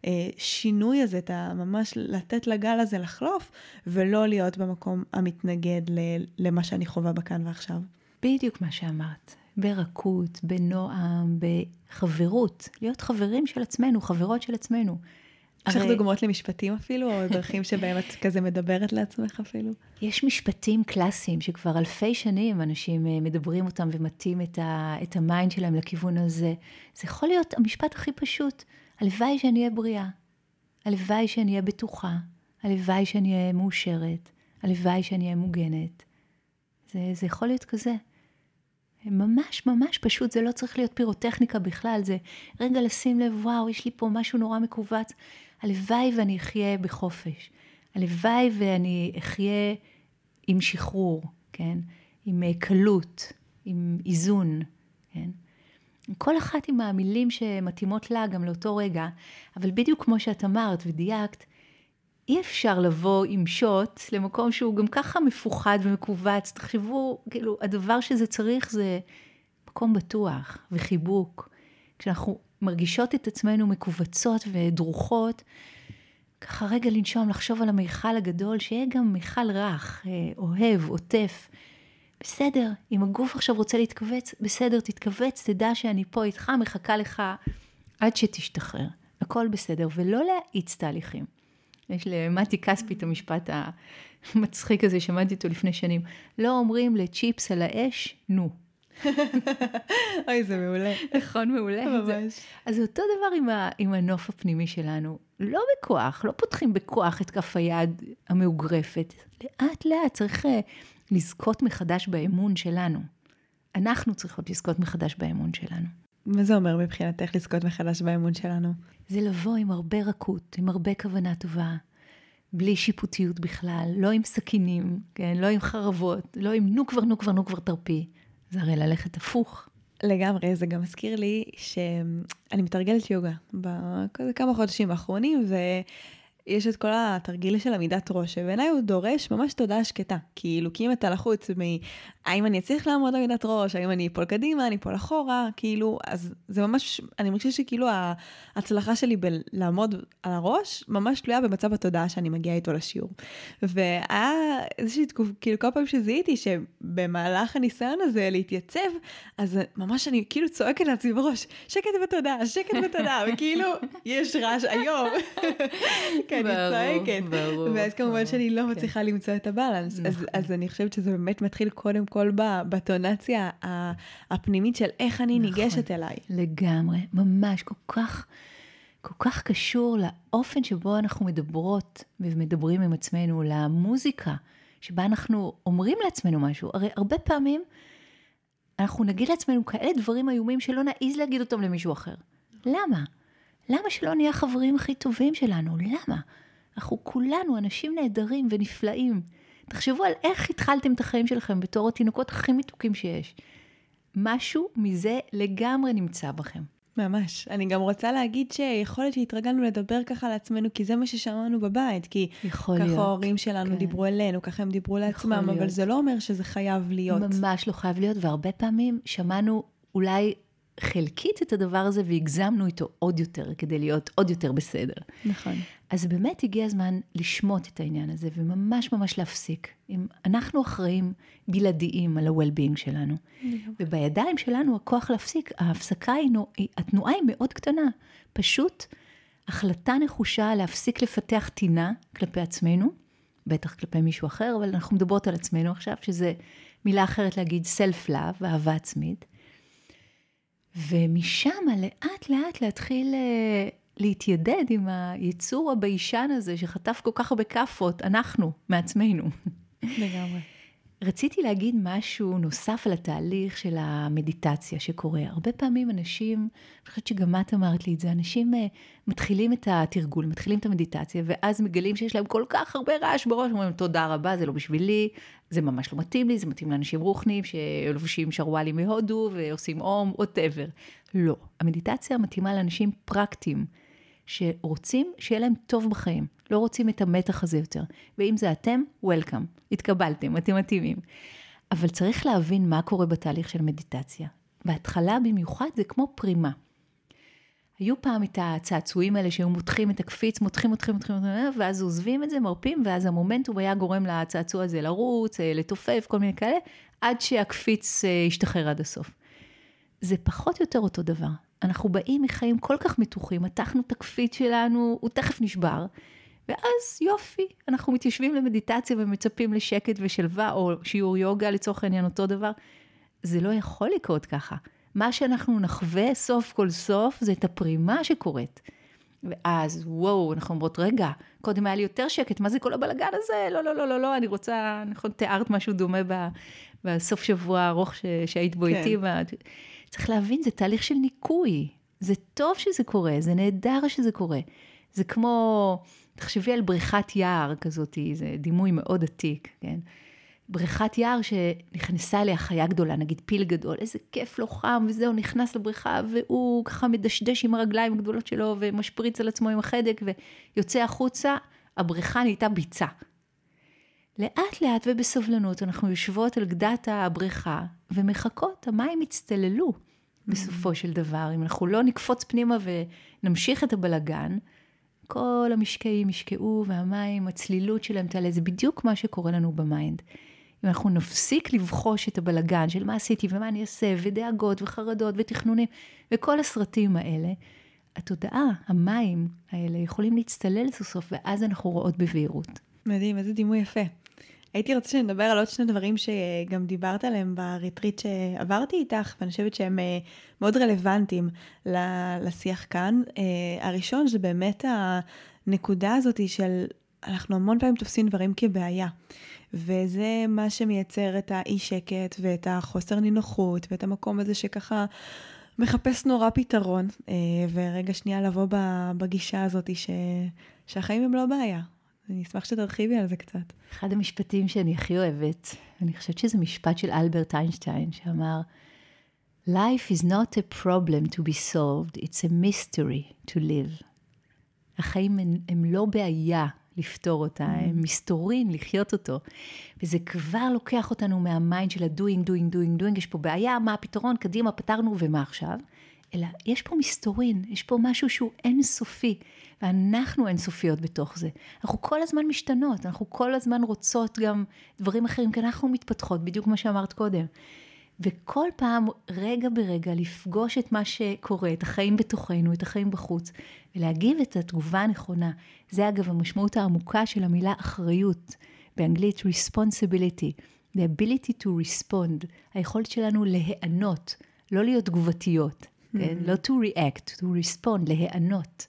השינוי הזה, את ממש לתת לגל הזה לחלוף, ולא להיות במקום המתנגד למה שאני חובה בכאן ועכשיו. בדיוק מה שאמרת, ברכות, בנועם, בחברות, להיות חברים של עצמנו, חברות של עצמנו. יש לך דוגמאות למשפטים אפילו, או דרכים שבהם את כזה מדברת לעצמך אפילו? יש משפטים קלאסיים שכבר אלפי שנים אנשים מדברים אותם ומתאים את, ה, את המיינד שלהם לכיוון הזה. זה יכול להיות המשפט הכי פשוט. הלוואי שאני אהיה בריאה, הלוואי שאני אהיה בטוחה, הלוואי שאני אהיה מאושרת, הלוואי שאני אהיה מוגנת. זה, זה יכול להיות כזה. ממש ממש פשוט, זה לא צריך להיות פירוטכניקה בכלל, זה רגע לשים לב, וואו, יש לי פה משהו נורא מקובץ, הלוואי ואני אחיה בחופש, הלוואי ואני אחיה עם שחרור, כן? עם קלות, עם איזון, כן? כל אחת עם המילים שמתאימות לה גם לאותו רגע, אבל בדיוק כמו שאת אמרת ודייקת, אי אפשר לבוא עם שוט למקום שהוא גם ככה מפוחד ומקובץ. תחשבו, כאילו, הדבר שזה צריך זה מקום בטוח וחיבוק. כשאנחנו מרגישות את עצמנו מקובצות ודרוכות, ככה רגע לנשום, לחשוב על המיכל הגדול, שיהיה גם מיכל רך, אוהב, עוטף. בסדר, אם הגוף עכשיו רוצה להתכווץ, בסדר, תתכווץ, תדע שאני פה איתך, מחכה לך עד שתשתחרר. הכל בסדר, ולא להאיץ תהליכים. יש למתי כספי את המשפט המצחיק הזה, שמעתי אותו לפני שנים. לא אומרים לצ'יפס על האש, נו. אוי, זה מעולה. נכון, מעולה. ממש. אז זה אותו דבר עם, ה, עם הנוף הפנימי שלנו. לא בכוח, לא פותחים בכוח את כף היד המאוגרפת. לאט לאט צריך לזכות מחדש באמון שלנו. אנחנו צריכות לזכות מחדש באמון שלנו. מה זה אומר מבחינתך לזכות מחדש באמון שלנו? זה לבוא עם הרבה רכות, עם הרבה כוונה טובה, בלי שיפוטיות בכלל, לא עם סכינים, כן? לא עם חרבות, לא עם נו כבר, נו כבר, נו כבר תרפי. זה הרי ללכת הפוך. לגמרי, זה גם מזכיר לי שאני מתרגלת יוגה בכמה חודשים האחרונים, ויש את כל התרגיל של עמידת ראש, שבעיניי הוא דורש ממש תודעה שקטה. כאילו, כי אם אתה לחוץ מ... האם אני אצליח לעמוד עמידת ראש, האם אני אפול קדימה, אני אפול אחורה, כאילו, אז זה ממש, אני מרגישה שכאילו ההצלחה שלי בלעמוד על הראש, ממש תלויה במצב התודעה שאני מגיעה איתו לשיעור. והיה איזושהי תקופה, כאילו כל פעם שזיהיתי שבמהלך הניסיון הזה להתייצב, אז ממש אני כאילו צועקת לעצמי בראש, שקט בתודעה, שקט בתודעה, וכאילו יש רעש היום. כן, אני צועקת. ואז כמובן שאני לא מצליחה למצוא את הבלנס. אז אני חושבת שזה באמת מתחיל קודם כל בטונציה הפנימית של איך אני ניגשת אליי. לגמרי, ממש כל כך, כל כך קשור לאופן שבו אנחנו מדברות ומדברים עם עצמנו, למוזיקה שבה אנחנו אומרים לעצמנו משהו. הרי הרבה פעמים אנחנו נגיד לעצמנו כאלה דברים איומים שלא נעיז להגיד אותם למישהו אחר. למה? למה שלא נהיה החברים הכי טובים שלנו? למה? אנחנו כולנו אנשים נהדרים ונפלאים. תחשבו על איך התחלתם את החיים שלכם בתור התינוקות הכי מתוקים שיש. משהו מזה לגמרי נמצא בכם. ממש. אני גם רוצה להגיד שיכול להיות שהתרגלנו לדבר ככה על עצמנו, כי זה מה ששמענו בבית, כי ככה ההורים שלנו כן. דיברו אלינו, ככה הם דיברו לעצמם, אבל להיות. זה לא אומר שזה חייב להיות. ממש לא חייב להיות, והרבה פעמים שמענו אולי חלקית את הדבר הזה, והגזמנו איתו עוד יותר, כדי להיות עוד יותר בסדר. נכון. אז באמת הגיע הזמן לשמוט את העניין הזה, וממש ממש להפסיק. אם אנחנו אחראים בלעדיים על ה-well-being שלנו, ובידיים שלנו הכוח להפסיק, ההפסקה היא, התנועה היא מאוד קטנה. פשוט החלטה נחושה להפסיק לפתח טינה כלפי עצמנו, בטח כלפי מישהו אחר, אבל אנחנו מדברות על עצמנו עכשיו, שזה מילה אחרת להגיד self-love, אהבה עצמית. ומשם לאט לאט להתחיל להתיידד עם היצור הביישן הזה, שחטף כל כך הרבה כפות, אנחנו, מעצמנו. לגמרי. רציתי להגיד משהו נוסף על התהליך של המדיטציה שקורה. הרבה פעמים אנשים, אני חושבת שגם את אמרת לי את זה, אנשים מתחילים את התרגול, מתחילים את המדיטציה, ואז מגלים שיש להם כל כך הרבה רעש בראש, אומרים, תודה רבה, זה לא בשבילי, זה ממש לא מתאים לי, זה מתאים לאנשים רוחנים, שלובשים שרוואלי מהודו, ועושים אום, whatever. לא. המדיטציה מתאימה לאנשים פרקטיים, שרוצים שיהיה להם טוב בחיים, לא רוצים את המתח הזה יותר. ואם זה אתם, וולקאם, התקבלתם, אתם מתאימים. אבל צריך להבין מה קורה בתהליך של מדיטציה. בהתחלה במיוחד זה כמו פרימה. היו פעם את הצעצועים האלה שהיו מותחים את הקפיץ, מותחים, מותחים, מותחים, ואז עוזבים את זה, מרפים, ואז המומנטום היה גורם לצעצוע הזה לרוץ, לתופף, כל מיני כאלה, עד שהקפיץ ישתחרר עד הסוף. זה פחות או יותר אותו דבר. אנחנו באים מחיים כל כך מתוחים, מתחנו את הקפיץ שלנו, הוא תכף נשבר, ואז יופי, אנחנו מתיישבים למדיטציה ומצפים לשקט ושלווה, או שיעור יוגה לצורך העניין אותו דבר. זה לא יכול לקרות ככה. מה שאנחנו נחווה סוף כל סוף, זה את הפרימה שקורית. ואז, וואו, אנחנו אומרות, רגע, קודם היה לי יותר שקט, מה זה כל הבלגן הזה? לא, לא, לא, לא, לא, אני רוצה, נכון, תיארת משהו דומה בסוף שבוע הארוך שהיית בו איתי. צריך להבין, זה תהליך של ניקוי. זה טוב שזה קורה, זה נהדר שזה קורה. זה כמו, תחשבי על בריכת יער כזאת, זה דימוי מאוד עתיק, כן? בריכת יער שנכנסה אליה חיה גדולה, נגיד פיל גדול, איזה כיף לו חם, וזהו, נכנס לבריכה, והוא ככה מדשדש עם הרגליים הגדולות שלו, ומשפריץ על עצמו עם החדק, ויוצא החוצה, הבריכה נהייתה ביצה. לאט לאט ובסבלנות, אנחנו יושבות על גדת הבריכה, ומחכות, המים יצטללו בסופו של דבר. אם אנחנו לא נקפוץ פנימה ונמשיך את הבלגן, כל המשקעים ישקעו, והמים, הצלילות שלהם תעלה, זה בדיוק מה שקורה לנו במיינד. אם אנחנו נפסיק לבחוש את הבלגן של מה עשיתי ומה אני אעשה, ודאגות וחרדות ותכנונים, וכל הסרטים האלה, התודעה, המים האלה יכולים להצטלל לסוף, ואז אנחנו רואות בבהירות. מדהים, איזה דימוי יפה. הייתי רוצה שנדבר על עוד שני דברים שגם דיברת עליהם בריטריט שעברתי איתך, ואני חושבת שהם מאוד רלוונטיים לשיח כאן. הראשון זה באמת הנקודה הזאת של, אנחנו המון פעמים תופסים דברים כבעיה, וזה מה שמייצר את האי שקט ואת החוסר נינוחות, ואת המקום הזה שככה מחפש נורא פתרון, ורגע שנייה לבוא בגישה הזאת ש... שהחיים הם לא בעיה. אני אשמח שתרחיבי על זה קצת. אחד המשפטים שאני הכי אוהבת, אני חושבת שזה משפט של אלברט איינשטיין, שאמר, Life is not a problem to be solved, it's a mystery to live. החיים הם, הם לא בעיה לפתור אותה, mm. הם מסתורין לחיות אותו. וזה כבר לוקח אותנו מהמיינד של ה-doing, doing, doing, doing, יש פה בעיה, מה הפתרון, קדימה, פתרנו ומה עכשיו? אלא יש פה מסתורין, יש פה משהו שהוא אינסופי, ואנחנו אינסופיות בתוך זה. אנחנו כל הזמן משתנות, אנחנו כל הזמן רוצות גם דברים אחרים, כי אנחנו מתפתחות, בדיוק מה שאמרת קודם. וכל פעם, רגע ברגע, לפגוש את מה שקורה, את החיים בתוכנו, את החיים בחוץ, ולהגיב את התגובה הנכונה. זה אגב המשמעות העמוקה של המילה אחריות, באנגלית responsibility, the ability to respond, היכולת שלנו להיענות, לא להיות תגובתיות, כן? לא to react, to respond, להיענות.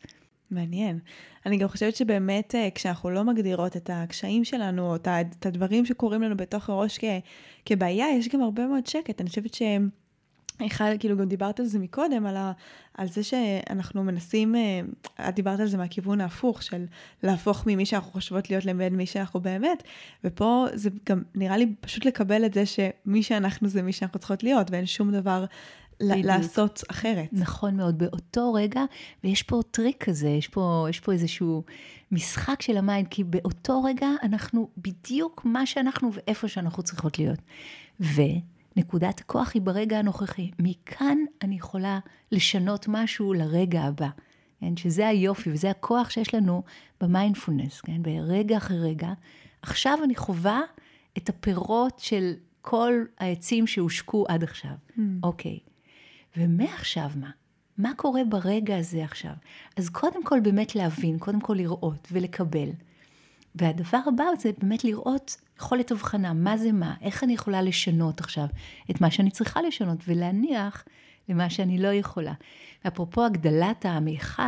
מעניין. אני גם חושבת שבאמת כשאנחנו לא מגדירות את הקשיים שלנו, או את הדברים שקורים לנו בתוך הראש כ, כבעיה, יש גם הרבה מאוד שקט. אני חושבת שהם, אחד, כאילו גם דיברת על זה מקודם, על, ה, על זה שאנחנו מנסים, את דיברת על זה מהכיוון ההפוך, של להפוך ממי שאנחנו חושבות להיות לבין מי שאנחנו באמת, ופה זה גם נראה לי פשוט לקבל את זה שמי שאנחנו זה מי שאנחנו צריכות להיות, ואין שום דבר בדיוק. לעשות אחרת. נכון מאוד, באותו רגע, ויש פה טריק כזה, יש פה, יש פה איזשהו משחק של המיינד, כי באותו רגע אנחנו בדיוק מה שאנחנו ואיפה שאנחנו צריכות להיות. ו... נקודת הכוח היא ברגע הנוכחי. מכאן אני יכולה לשנות משהו לרגע הבא. כן? שזה היופי, וזה הכוח שיש לנו במיינדפולנס. כן? ברגע אחרי רגע. עכשיו אני חווה את הפירות של כל העצים שהושקו עד עכשיו. Mm. אוקיי. ומעכשיו מה? מה קורה ברגע הזה עכשיו? אז קודם כל באמת להבין, קודם כל לראות ולקבל. והדבר הבא זה באמת לראות יכולת הבחנה, מה זה מה, איך אני יכולה לשנות עכשיו את מה שאני צריכה לשנות, ולהניח למה שאני לא יכולה. ואפרופו הגדלת המיכל,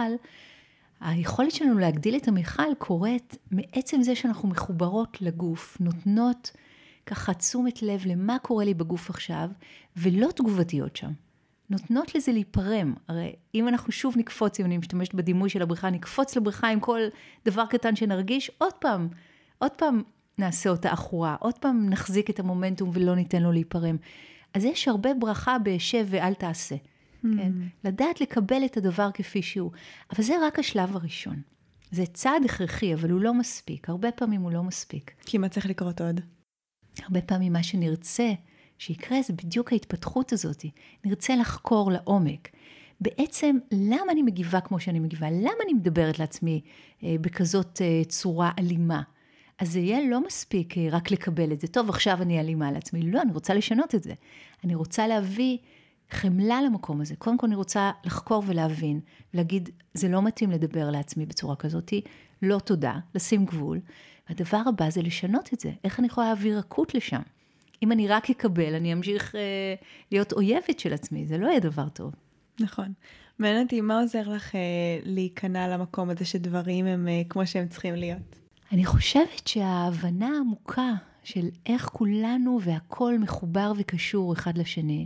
היכולת שלנו להגדיל את המיכל קורית מעצם זה שאנחנו מחוברות לגוף, נותנות ככה תשומת לב למה קורה לי בגוף עכשיו, ולא תגובתיות שם. נותנות לזה להיפרם. הרי אם אנחנו שוב נקפוץ, אם אני משתמשת בדימוי של הבריכה, נקפוץ לבריכה עם כל דבר קטן שנרגיש, עוד פעם, עוד פעם נעשה אותה אחורה, עוד פעם נחזיק את המומנטום ולא ניתן לו להיפרם. אז יש הרבה ברכה בשב ואל תעשה. Mm. כן? לדעת לקבל את הדבר כפי שהוא. אבל זה רק השלב הראשון. זה צעד הכרחי, אבל הוא לא מספיק. הרבה פעמים הוא לא מספיק. כי מה צריך לקרות עוד? הרבה פעמים מה שנרצה, שיקרה זה בדיוק ההתפתחות הזאת. נרצה לחקור לעומק. בעצם, למה אני מגיבה כמו שאני מגיבה? למה אני מדברת לעצמי אה, בכזאת אה, צורה אלימה? אז זה יהיה לא מספיק אה, רק לקבל את זה. טוב, עכשיו אני אלימה לעצמי. לא, אני רוצה לשנות את זה. אני רוצה להביא חמלה למקום הזה. קודם כל אני רוצה לחקור ולהבין, ולהגיד, זה לא מתאים לדבר לעצמי בצורה כזאת, לא תודה, לשים גבול. והדבר הבא זה לשנות את זה. איך אני יכולה להביא רכות לשם? אם אני רק אקבל, אני אמשיך אה, להיות אויבת של עצמי. זה לא יהיה דבר טוב. נכון. מעניין אותי, מה עוזר לך אה, להיכנע למקום הזה שדברים הם אה, כמו שהם צריכים להיות? אני חושבת שההבנה העמוקה של איך כולנו והכל מחובר וקשור אחד לשני,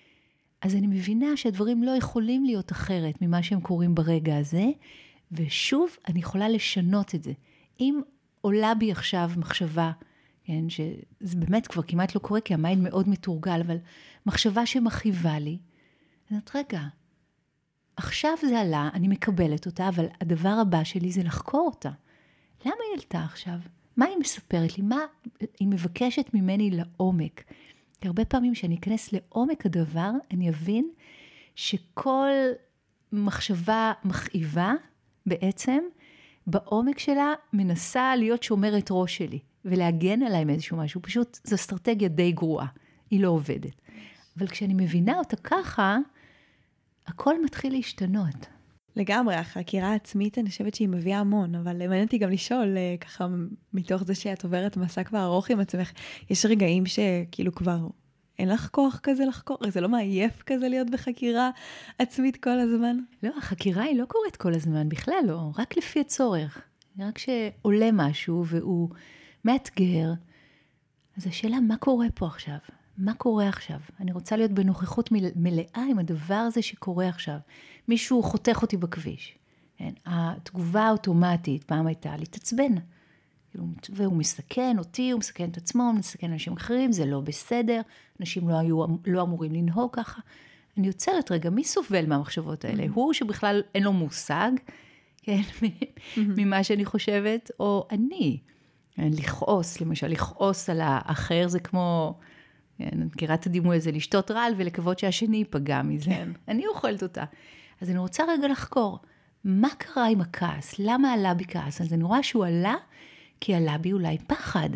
אז אני מבינה שהדברים לא יכולים להיות אחרת ממה שהם קורים ברגע הזה, ושוב אני יכולה לשנות את זה. אם עולה בי עכשיו מחשבה, כן, שזה באמת כבר כמעט לא קורה, כי המיינד מאוד מתורגל, אבל מחשבה שמכאיבה לי, אני אומרת, רגע, עכשיו זה עלה, אני מקבלת אותה, אבל הדבר הבא שלי זה לחקור אותה. למה היא עלתה עכשיו? מה היא מספרת לי? מה היא מבקשת ממני לעומק? כי הרבה פעמים שאני אכנס לעומק הדבר, אני אבין שכל מחשבה מכאיבה, בעצם, בעומק שלה מנסה להיות שומרת ראש שלי, ולהגן עליי מאיזשהו משהו. פשוט זו אסטרטגיה די גרועה, היא לא עובדת. אבל כשאני מבינה אותה ככה, הכל מתחיל להשתנות. לגמרי, החקירה העצמית, אני חושבת שהיא מביאה המון, אבל מעניין אותי גם לשאול, ככה, מתוך זה שאת עוברת מסע כבר ארוך עם עצמך, יש רגעים שכאילו כבר אין לך כוח כזה לחקור, זה לא מעייף כזה להיות בחקירה עצמית כל הזמן? לא, החקירה היא לא קורית כל הזמן, בכלל לא, רק לפי הצורך. רק שעולה משהו והוא מאתגר, אז השאלה, מה קורה פה עכשיו? מה קורה עכשיו? אני רוצה להיות בנוכחות מלאה עם הדבר הזה שקורה עכשיו. מישהו חותך אותי בכביש. כן? התגובה האוטומטית פעם הייתה להתעצבן. והוא מסכן אותי, הוא מסכן את עצמו, הוא מסכן אנשים אחרים, זה לא בסדר, אנשים לא, היו, לא אמורים לנהוג ככה. אני יוצרת רגע, מי סובל מהמחשבות האלה? Mm-hmm. הוא שבכלל אין לו מושג, כן? mm-hmm. ממה שאני חושבת, או אני. לכעוס, למשל, לכעוס על האחר, זה כמו... אני מכירה את הדימוי הזה, לשתות רעל ולקוות שהשני ייפגע מזה. כן. אני אוכלת אותה. אז אני רוצה רגע לחקור, מה קרה עם הכעס? למה עלה בי כעס? אז אני רואה שהוא עלה, כי עלה בי אולי פחד,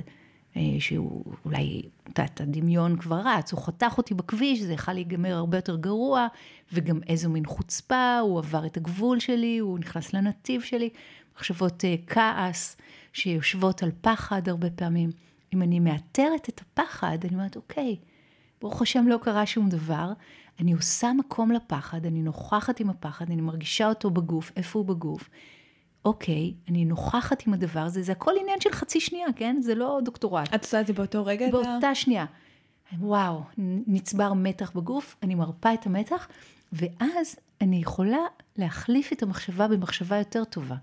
שהוא אולי, את הדמיון כבר רץ, הוא חותך אותי בכביש, זה יכול להיגמר הרבה יותר גרוע, וגם איזו מין חוצפה, הוא עבר את הגבול שלי, הוא נכנס לנתיב שלי, מחשבות כעס, שיושבות על פחד הרבה פעמים. אם אני מאתרת את הפחד, אני אומרת, אוקיי, ברוך השם לא קרה שום דבר, אני עושה מקום לפחד, אני נוכחת עם הפחד, אני מרגישה אותו בגוף, איפה הוא בגוף, אוקיי, אני נוכחת עם הדבר הזה, זה הכל עניין של חצי שנייה, כן? זה לא דוקטורט. את עושה את זה באותו רגע? באותה אתה... שנייה. וואו, נצבר מתח בגוף, אני מרפה את המתח, ואז אני יכולה להחליף את המחשבה במחשבה יותר טובה.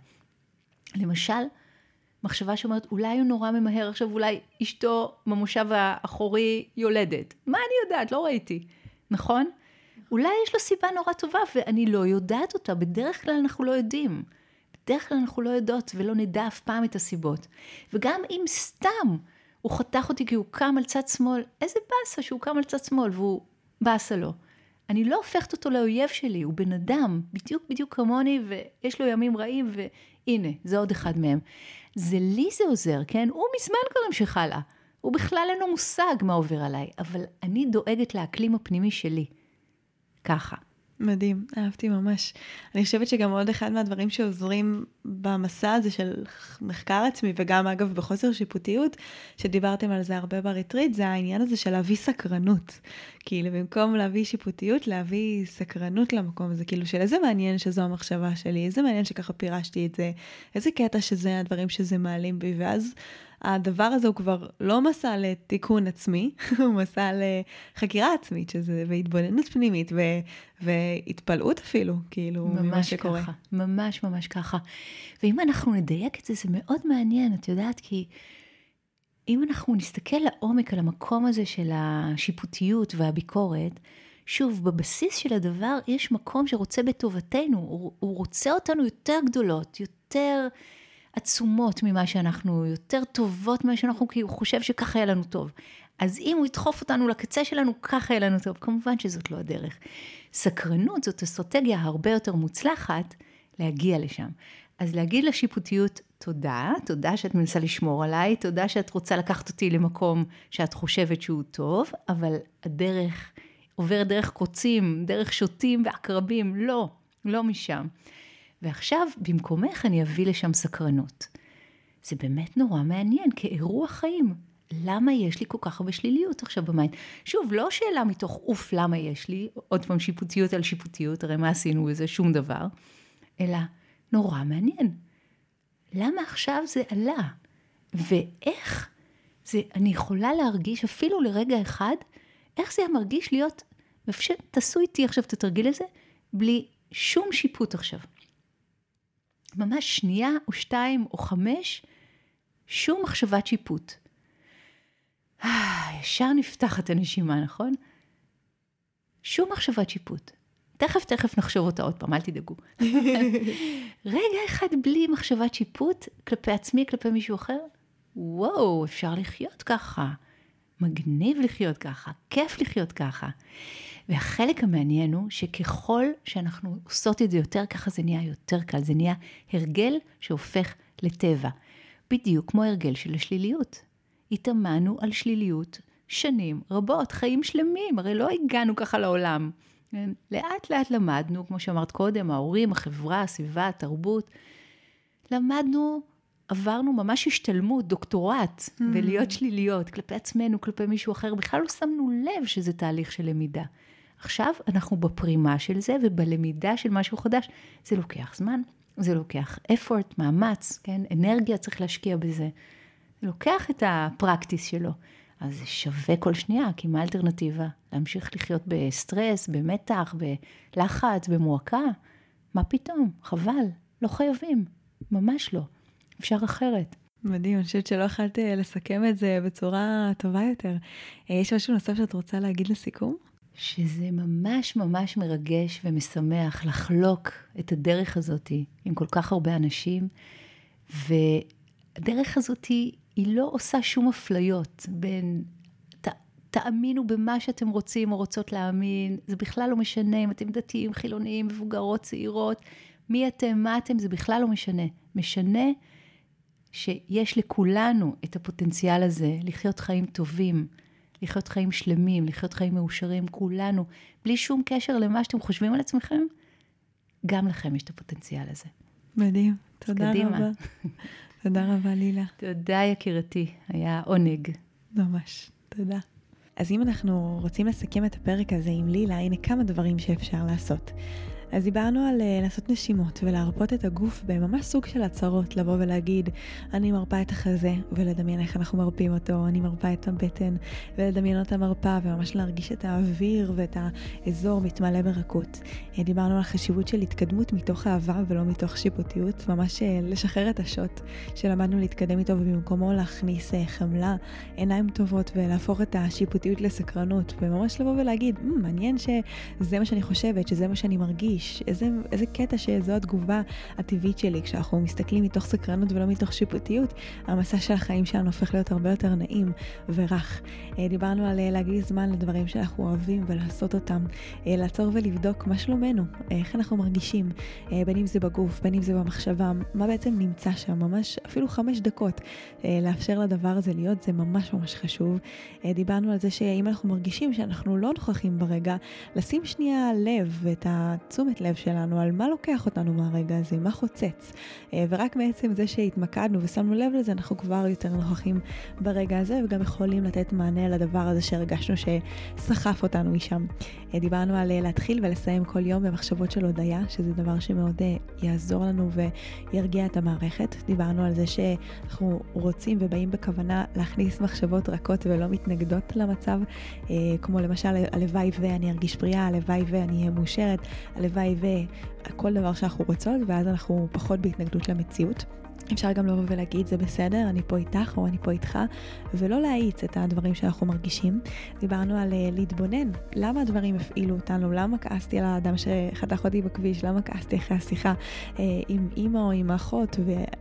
למשל, מחשבה שאומרת, אולי הוא נורא ממהר עכשיו, אולי אשתו במושב האחורי יולדת. מה אני יודעת? לא ראיתי. נכון? אולי יש לו סיבה נורא טובה, ואני לא יודעת אותה. בדרך כלל אנחנו לא יודעים. בדרך כלל אנחנו לא יודעות, ולא נדע אף פעם את הסיבות. וגם אם סתם הוא חתך אותי כי הוא קם על צד שמאל, איזה באסה שהוא קם על צד שמאל, והוא באסה לו. אני לא הופכת אותו לאויב שלי, הוא בן אדם, בדיוק בדיוק כמוני, ויש לו ימים רעים, והנה, זה עוד אחד מהם. זה לי זה עוזר, כן? הוא מזמן כבר המשיך הלאה. הוא בכלל אין לו מושג מה עובר עליי, אבל אני דואגת לאקלים הפנימי שלי. ככה. מדהים, אהבתי ממש. אני חושבת שגם עוד אחד מהדברים שעוזרים במסע הזה של מחקר עצמי, וגם אגב בחוסר שיפוטיות, שדיברתם על זה הרבה בריטריט, זה העניין הזה של להביא סקרנות. כאילו במקום להביא שיפוטיות, להביא סקרנות למקום הזה. כאילו של איזה מעניין שזו המחשבה שלי, איזה מעניין שככה פירשתי את זה, איזה קטע שזה הדברים שזה מעלים בי, ואז הדבר הזה הוא כבר לא מסע לתיקון עצמי, הוא מסע לחקירה עצמית, שזה בהתבוננות פנימית, ו, והתפלאות אפילו, כאילו, ממה שקורה. ככה, ממש ממש ככה. ואם אנחנו נדייק את זה, זה מאוד מעניין, את יודעת, כי אם אנחנו נסתכל לעומק על המקום הזה של השיפוטיות והביקורת, שוב, בבסיס של הדבר יש מקום שרוצה בטובתנו, הוא, הוא רוצה אותנו יותר גדולות, יותר עצומות ממה שאנחנו, יותר טובות ממה שאנחנו, כי הוא חושב שככה יהיה לנו טוב. אז אם הוא ידחוף אותנו לקצה שלנו, ככה יהיה לנו טוב. כמובן שזאת לא הדרך. סקרנות זאת אסטרטגיה הרבה יותר מוצלחת להגיע לשם. אז להגיד לשיפוטיות, תודה, תודה שאת מנסה לשמור עליי, תודה שאת רוצה לקחת אותי למקום שאת חושבת שהוא טוב, אבל הדרך עובר דרך קוצים, דרך שוטים ועקרבים, לא, לא משם. ועכשיו, במקומך אני אביא לשם סקרנות. זה באמת נורא מעניין, כאירוע חיים. למה יש לי כל כך הרבה שליליות עכשיו במיינד? שוב, לא שאלה מתוך אוף למה יש לי, עוד פעם שיפוטיות על שיפוטיות, הרי מה עשינו בזה? שום דבר. אלא נורא מעניין. למה עכשיו זה עלה? ואיך זה, אני יכולה להרגיש אפילו לרגע אחד, איך זה מרגיש להיות, תעשו איתי עכשיו את התרגיל הזה, בלי שום שיפוט עכשיו. ממש שנייה או שתיים או חמש, שום מחשבת שיפוט. ישר נפתח את הנשימה, נכון? שום מחשבת שיפוט. תכף תכף נחשוב אותה עוד פעם, אל תדאגו. רגע אחד בלי מחשבת שיפוט, כלפי עצמי, כלפי מישהו אחר, וואו, אפשר לחיות ככה. מגניב לחיות ככה, כיף לחיות ככה. והחלק המעניין הוא שככל שאנחנו עושות את זה יותר, ככה זה נהיה יותר קל, זה נהיה הרגל שהופך לטבע. בדיוק כמו הרגל של השליליות. התאמנו על שליליות שנים רבות, חיים שלמים, הרי לא הגענו ככה לעולם. לאט לאט למדנו, כמו שאמרת קודם, ההורים, החברה, הסביבה, התרבות, למדנו, עברנו ממש השתלמות, דוקטורט, mm. ולהיות שליליות, כלפי עצמנו, כלפי מישהו אחר, בכלל לא שמנו לב שזה תהליך של למידה. עכשיו אנחנו בפרימה של זה, ובלמידה של משהו חדש, זה לוקח זמן, זה לוקח effort, מאמץ, כן? אנרגיה צריך להשקיע בזה. זה לוקח את הפרקטיס שלו. אז זה שווה כל שנייה, כי מה האלטרנטיבה? להמשיך לחיות בסטרס, במתח, בלחץ, במועקה? מה פתאום? חבל, לא חייבים, ממש לא. אפשר אחרת. מדהים, אני חושבת שלא יכולת לסכם את זה בצורה טובה יותר. יש משהו נוסף שאת רוצה להגיד לסיכום? שזה ממש ממש מרגש ומשמח לחלוק את הדרך הזאת עם כל כך הרבה אנשים, והדרך הזאת היא לא עושה שום אפליות בין, ת, תאמינו במה שאתם רוצים או רוצות להאמין, זה בכלל לא משנה אם אתם דתיים, חילוניים, מבוגרות, צעירות, מי אתם, מה אתם, זה בכלל לא משנה. משנה שיש לכולנו את הפוטנציאל הזה לחיות חיים טובים, לחיות חיים שלמים, לחיות חיים מאושרים, כולנו, בלי שום קשר למה שאתם חושבים על עצמכם, גם לכם יש את הפוטנציאל הזה. מדהים, תודה רבה. תודה רבה, לילה. תודה, יקירתי, היה עונג. ממש, תודה. אז אם אנחנו רוצים לסכם את הפרק הזה עם לילה, הנה כמה דברים שאפשר לעשות. אז דיברנו על uh, לעשות נשימות ולהרפות את הגוף בממש סוג של הצהרות, לבוא ולהגיד, אני מרפה את החזה ולדמיין איך אנחנו מרפים אותו, אני מרפה את הבטן ולדמיין אותה מרפה וממש להרגיש את האוויר ואת האזור מתמלא ברכות. Uh, דיברנו על החשיבות של התקדמות מתוך אהבה ולא מתוך שיפוטיות, ממש uh, לשחרר את השוט שלמדנו להתקדם איתו ובמקומו להכניס uh, חמלה, עיניים טובות ולהפוך את השיפוטיות לסקרנות וממש לבוא ולהגיד, מ, מעניין שזה מה שאני חושבת, שזה מה שאני מרגיש, איזה, איזה קטע שזו התגובה הטבעית שלי כשאנחנו מסתכלים מתוך סקרנות ולא מתוך שיפוטיות, המסע של החיים שלנו הופך להיות הרבה יותר נעים ורך. דיברנו על להגיד זמן לדברים שאנחנו אוהבים ולעשות אותם, לעצור ולבדוק מה שלומנו, איך אנחנו מרגישים, בין אם זה בגוף, בין אם זה במחשבה, מה בעצם נמצא שם, ממש אפילו חמש דקות לאפשר לדבר הזה להיות, זה ממש ממש חשוב. דיברנו על זה שאם אנחנו מרגישים שאנחנו לא נוכחים ברגע, לשים שנייה לב ואת התשומת לב שלנו על מה לוקח אותנו מהרגע הזה, מה חוצץ. ורק בעצם זה שהתמקדנו ושמנו לב לזה, אנחנו כבר יותר נוכחים ברגע הזה, וגם יכולים לתת מענה לדבר הזה שהרגשנו שסחף אותנו משם. דיברנו על להתחיל ולסיים כל יום במחשבות של הודיה, שזה דבר שמאוד יעזור לנו וירגיע את המערכת. דיברנו על זה שאנחנו רוצים ובאים בכוונה להכניס מחשבות רכות ולא מתנגדות למצב, כמו למשל הלוואי ואני ארגיש פריאה, הלוואי ואני אהיה מאושרת, הלוואי וכל דבר שאנחנו רוצות, ואז אנחנו פחות בהתנגדות למציאות. אפשר גם לבוא ולהגיד, זה בסדר, אני פה איתך או אני פה איתך, ולא להאיץ את הדברים שאנחנו מרגישים. דיברנו על uh, להתבונן, למה הדברים הפעילו אותנו, למה כעסתי על האדם שחתך אותי בכביש, למה כעסתי אחרי השיחה uh, עם אמא או עם האחות,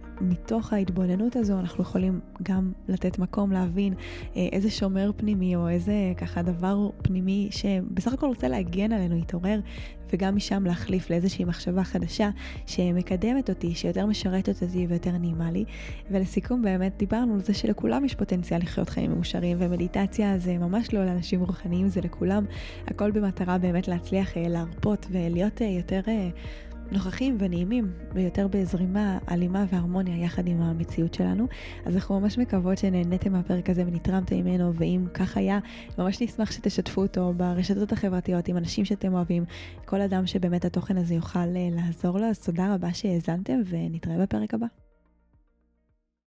ומתוך ההתבוננות הזו אנחנו יכולים גם לתת מקום להבין uh, איזה שומר פנימי, או איזה ככה דבר פנימי שבסך הכל רוצה להגן עלינו, יתעורר, וגם משם להחליף לאיזושהי מחשבה חדשה שמקדמת אותי, שיותר משרתת אותי ויותר נעימה לי. ולסיכום באמת דיברנו על זה שלכולם יש פוטנציאל לחיות חיים מאושרים, ומדיטציה זה ממש לא לאנשים רוחניים, זה לכולם, הכל במטרה באמת להצליח להרפות ולהיות יותר נוכחים ונעימים ויותר בזרימה, אלימה והרמוניה יחד עם המציאות שלנו. אז אנחנו ממש מקוות שנהניתם מהפרק הזה ונתרמתם ממנו, ואם כך היה, ממש נשמח שתשתפו אותו ברשתות החברתיות עם אנשים שאתם אוהבים, כל אדם שבאמת התוכן הזה יוכל לעזור לו. אז תודה רבה שהאזנתם ונתראה בפרק הבא.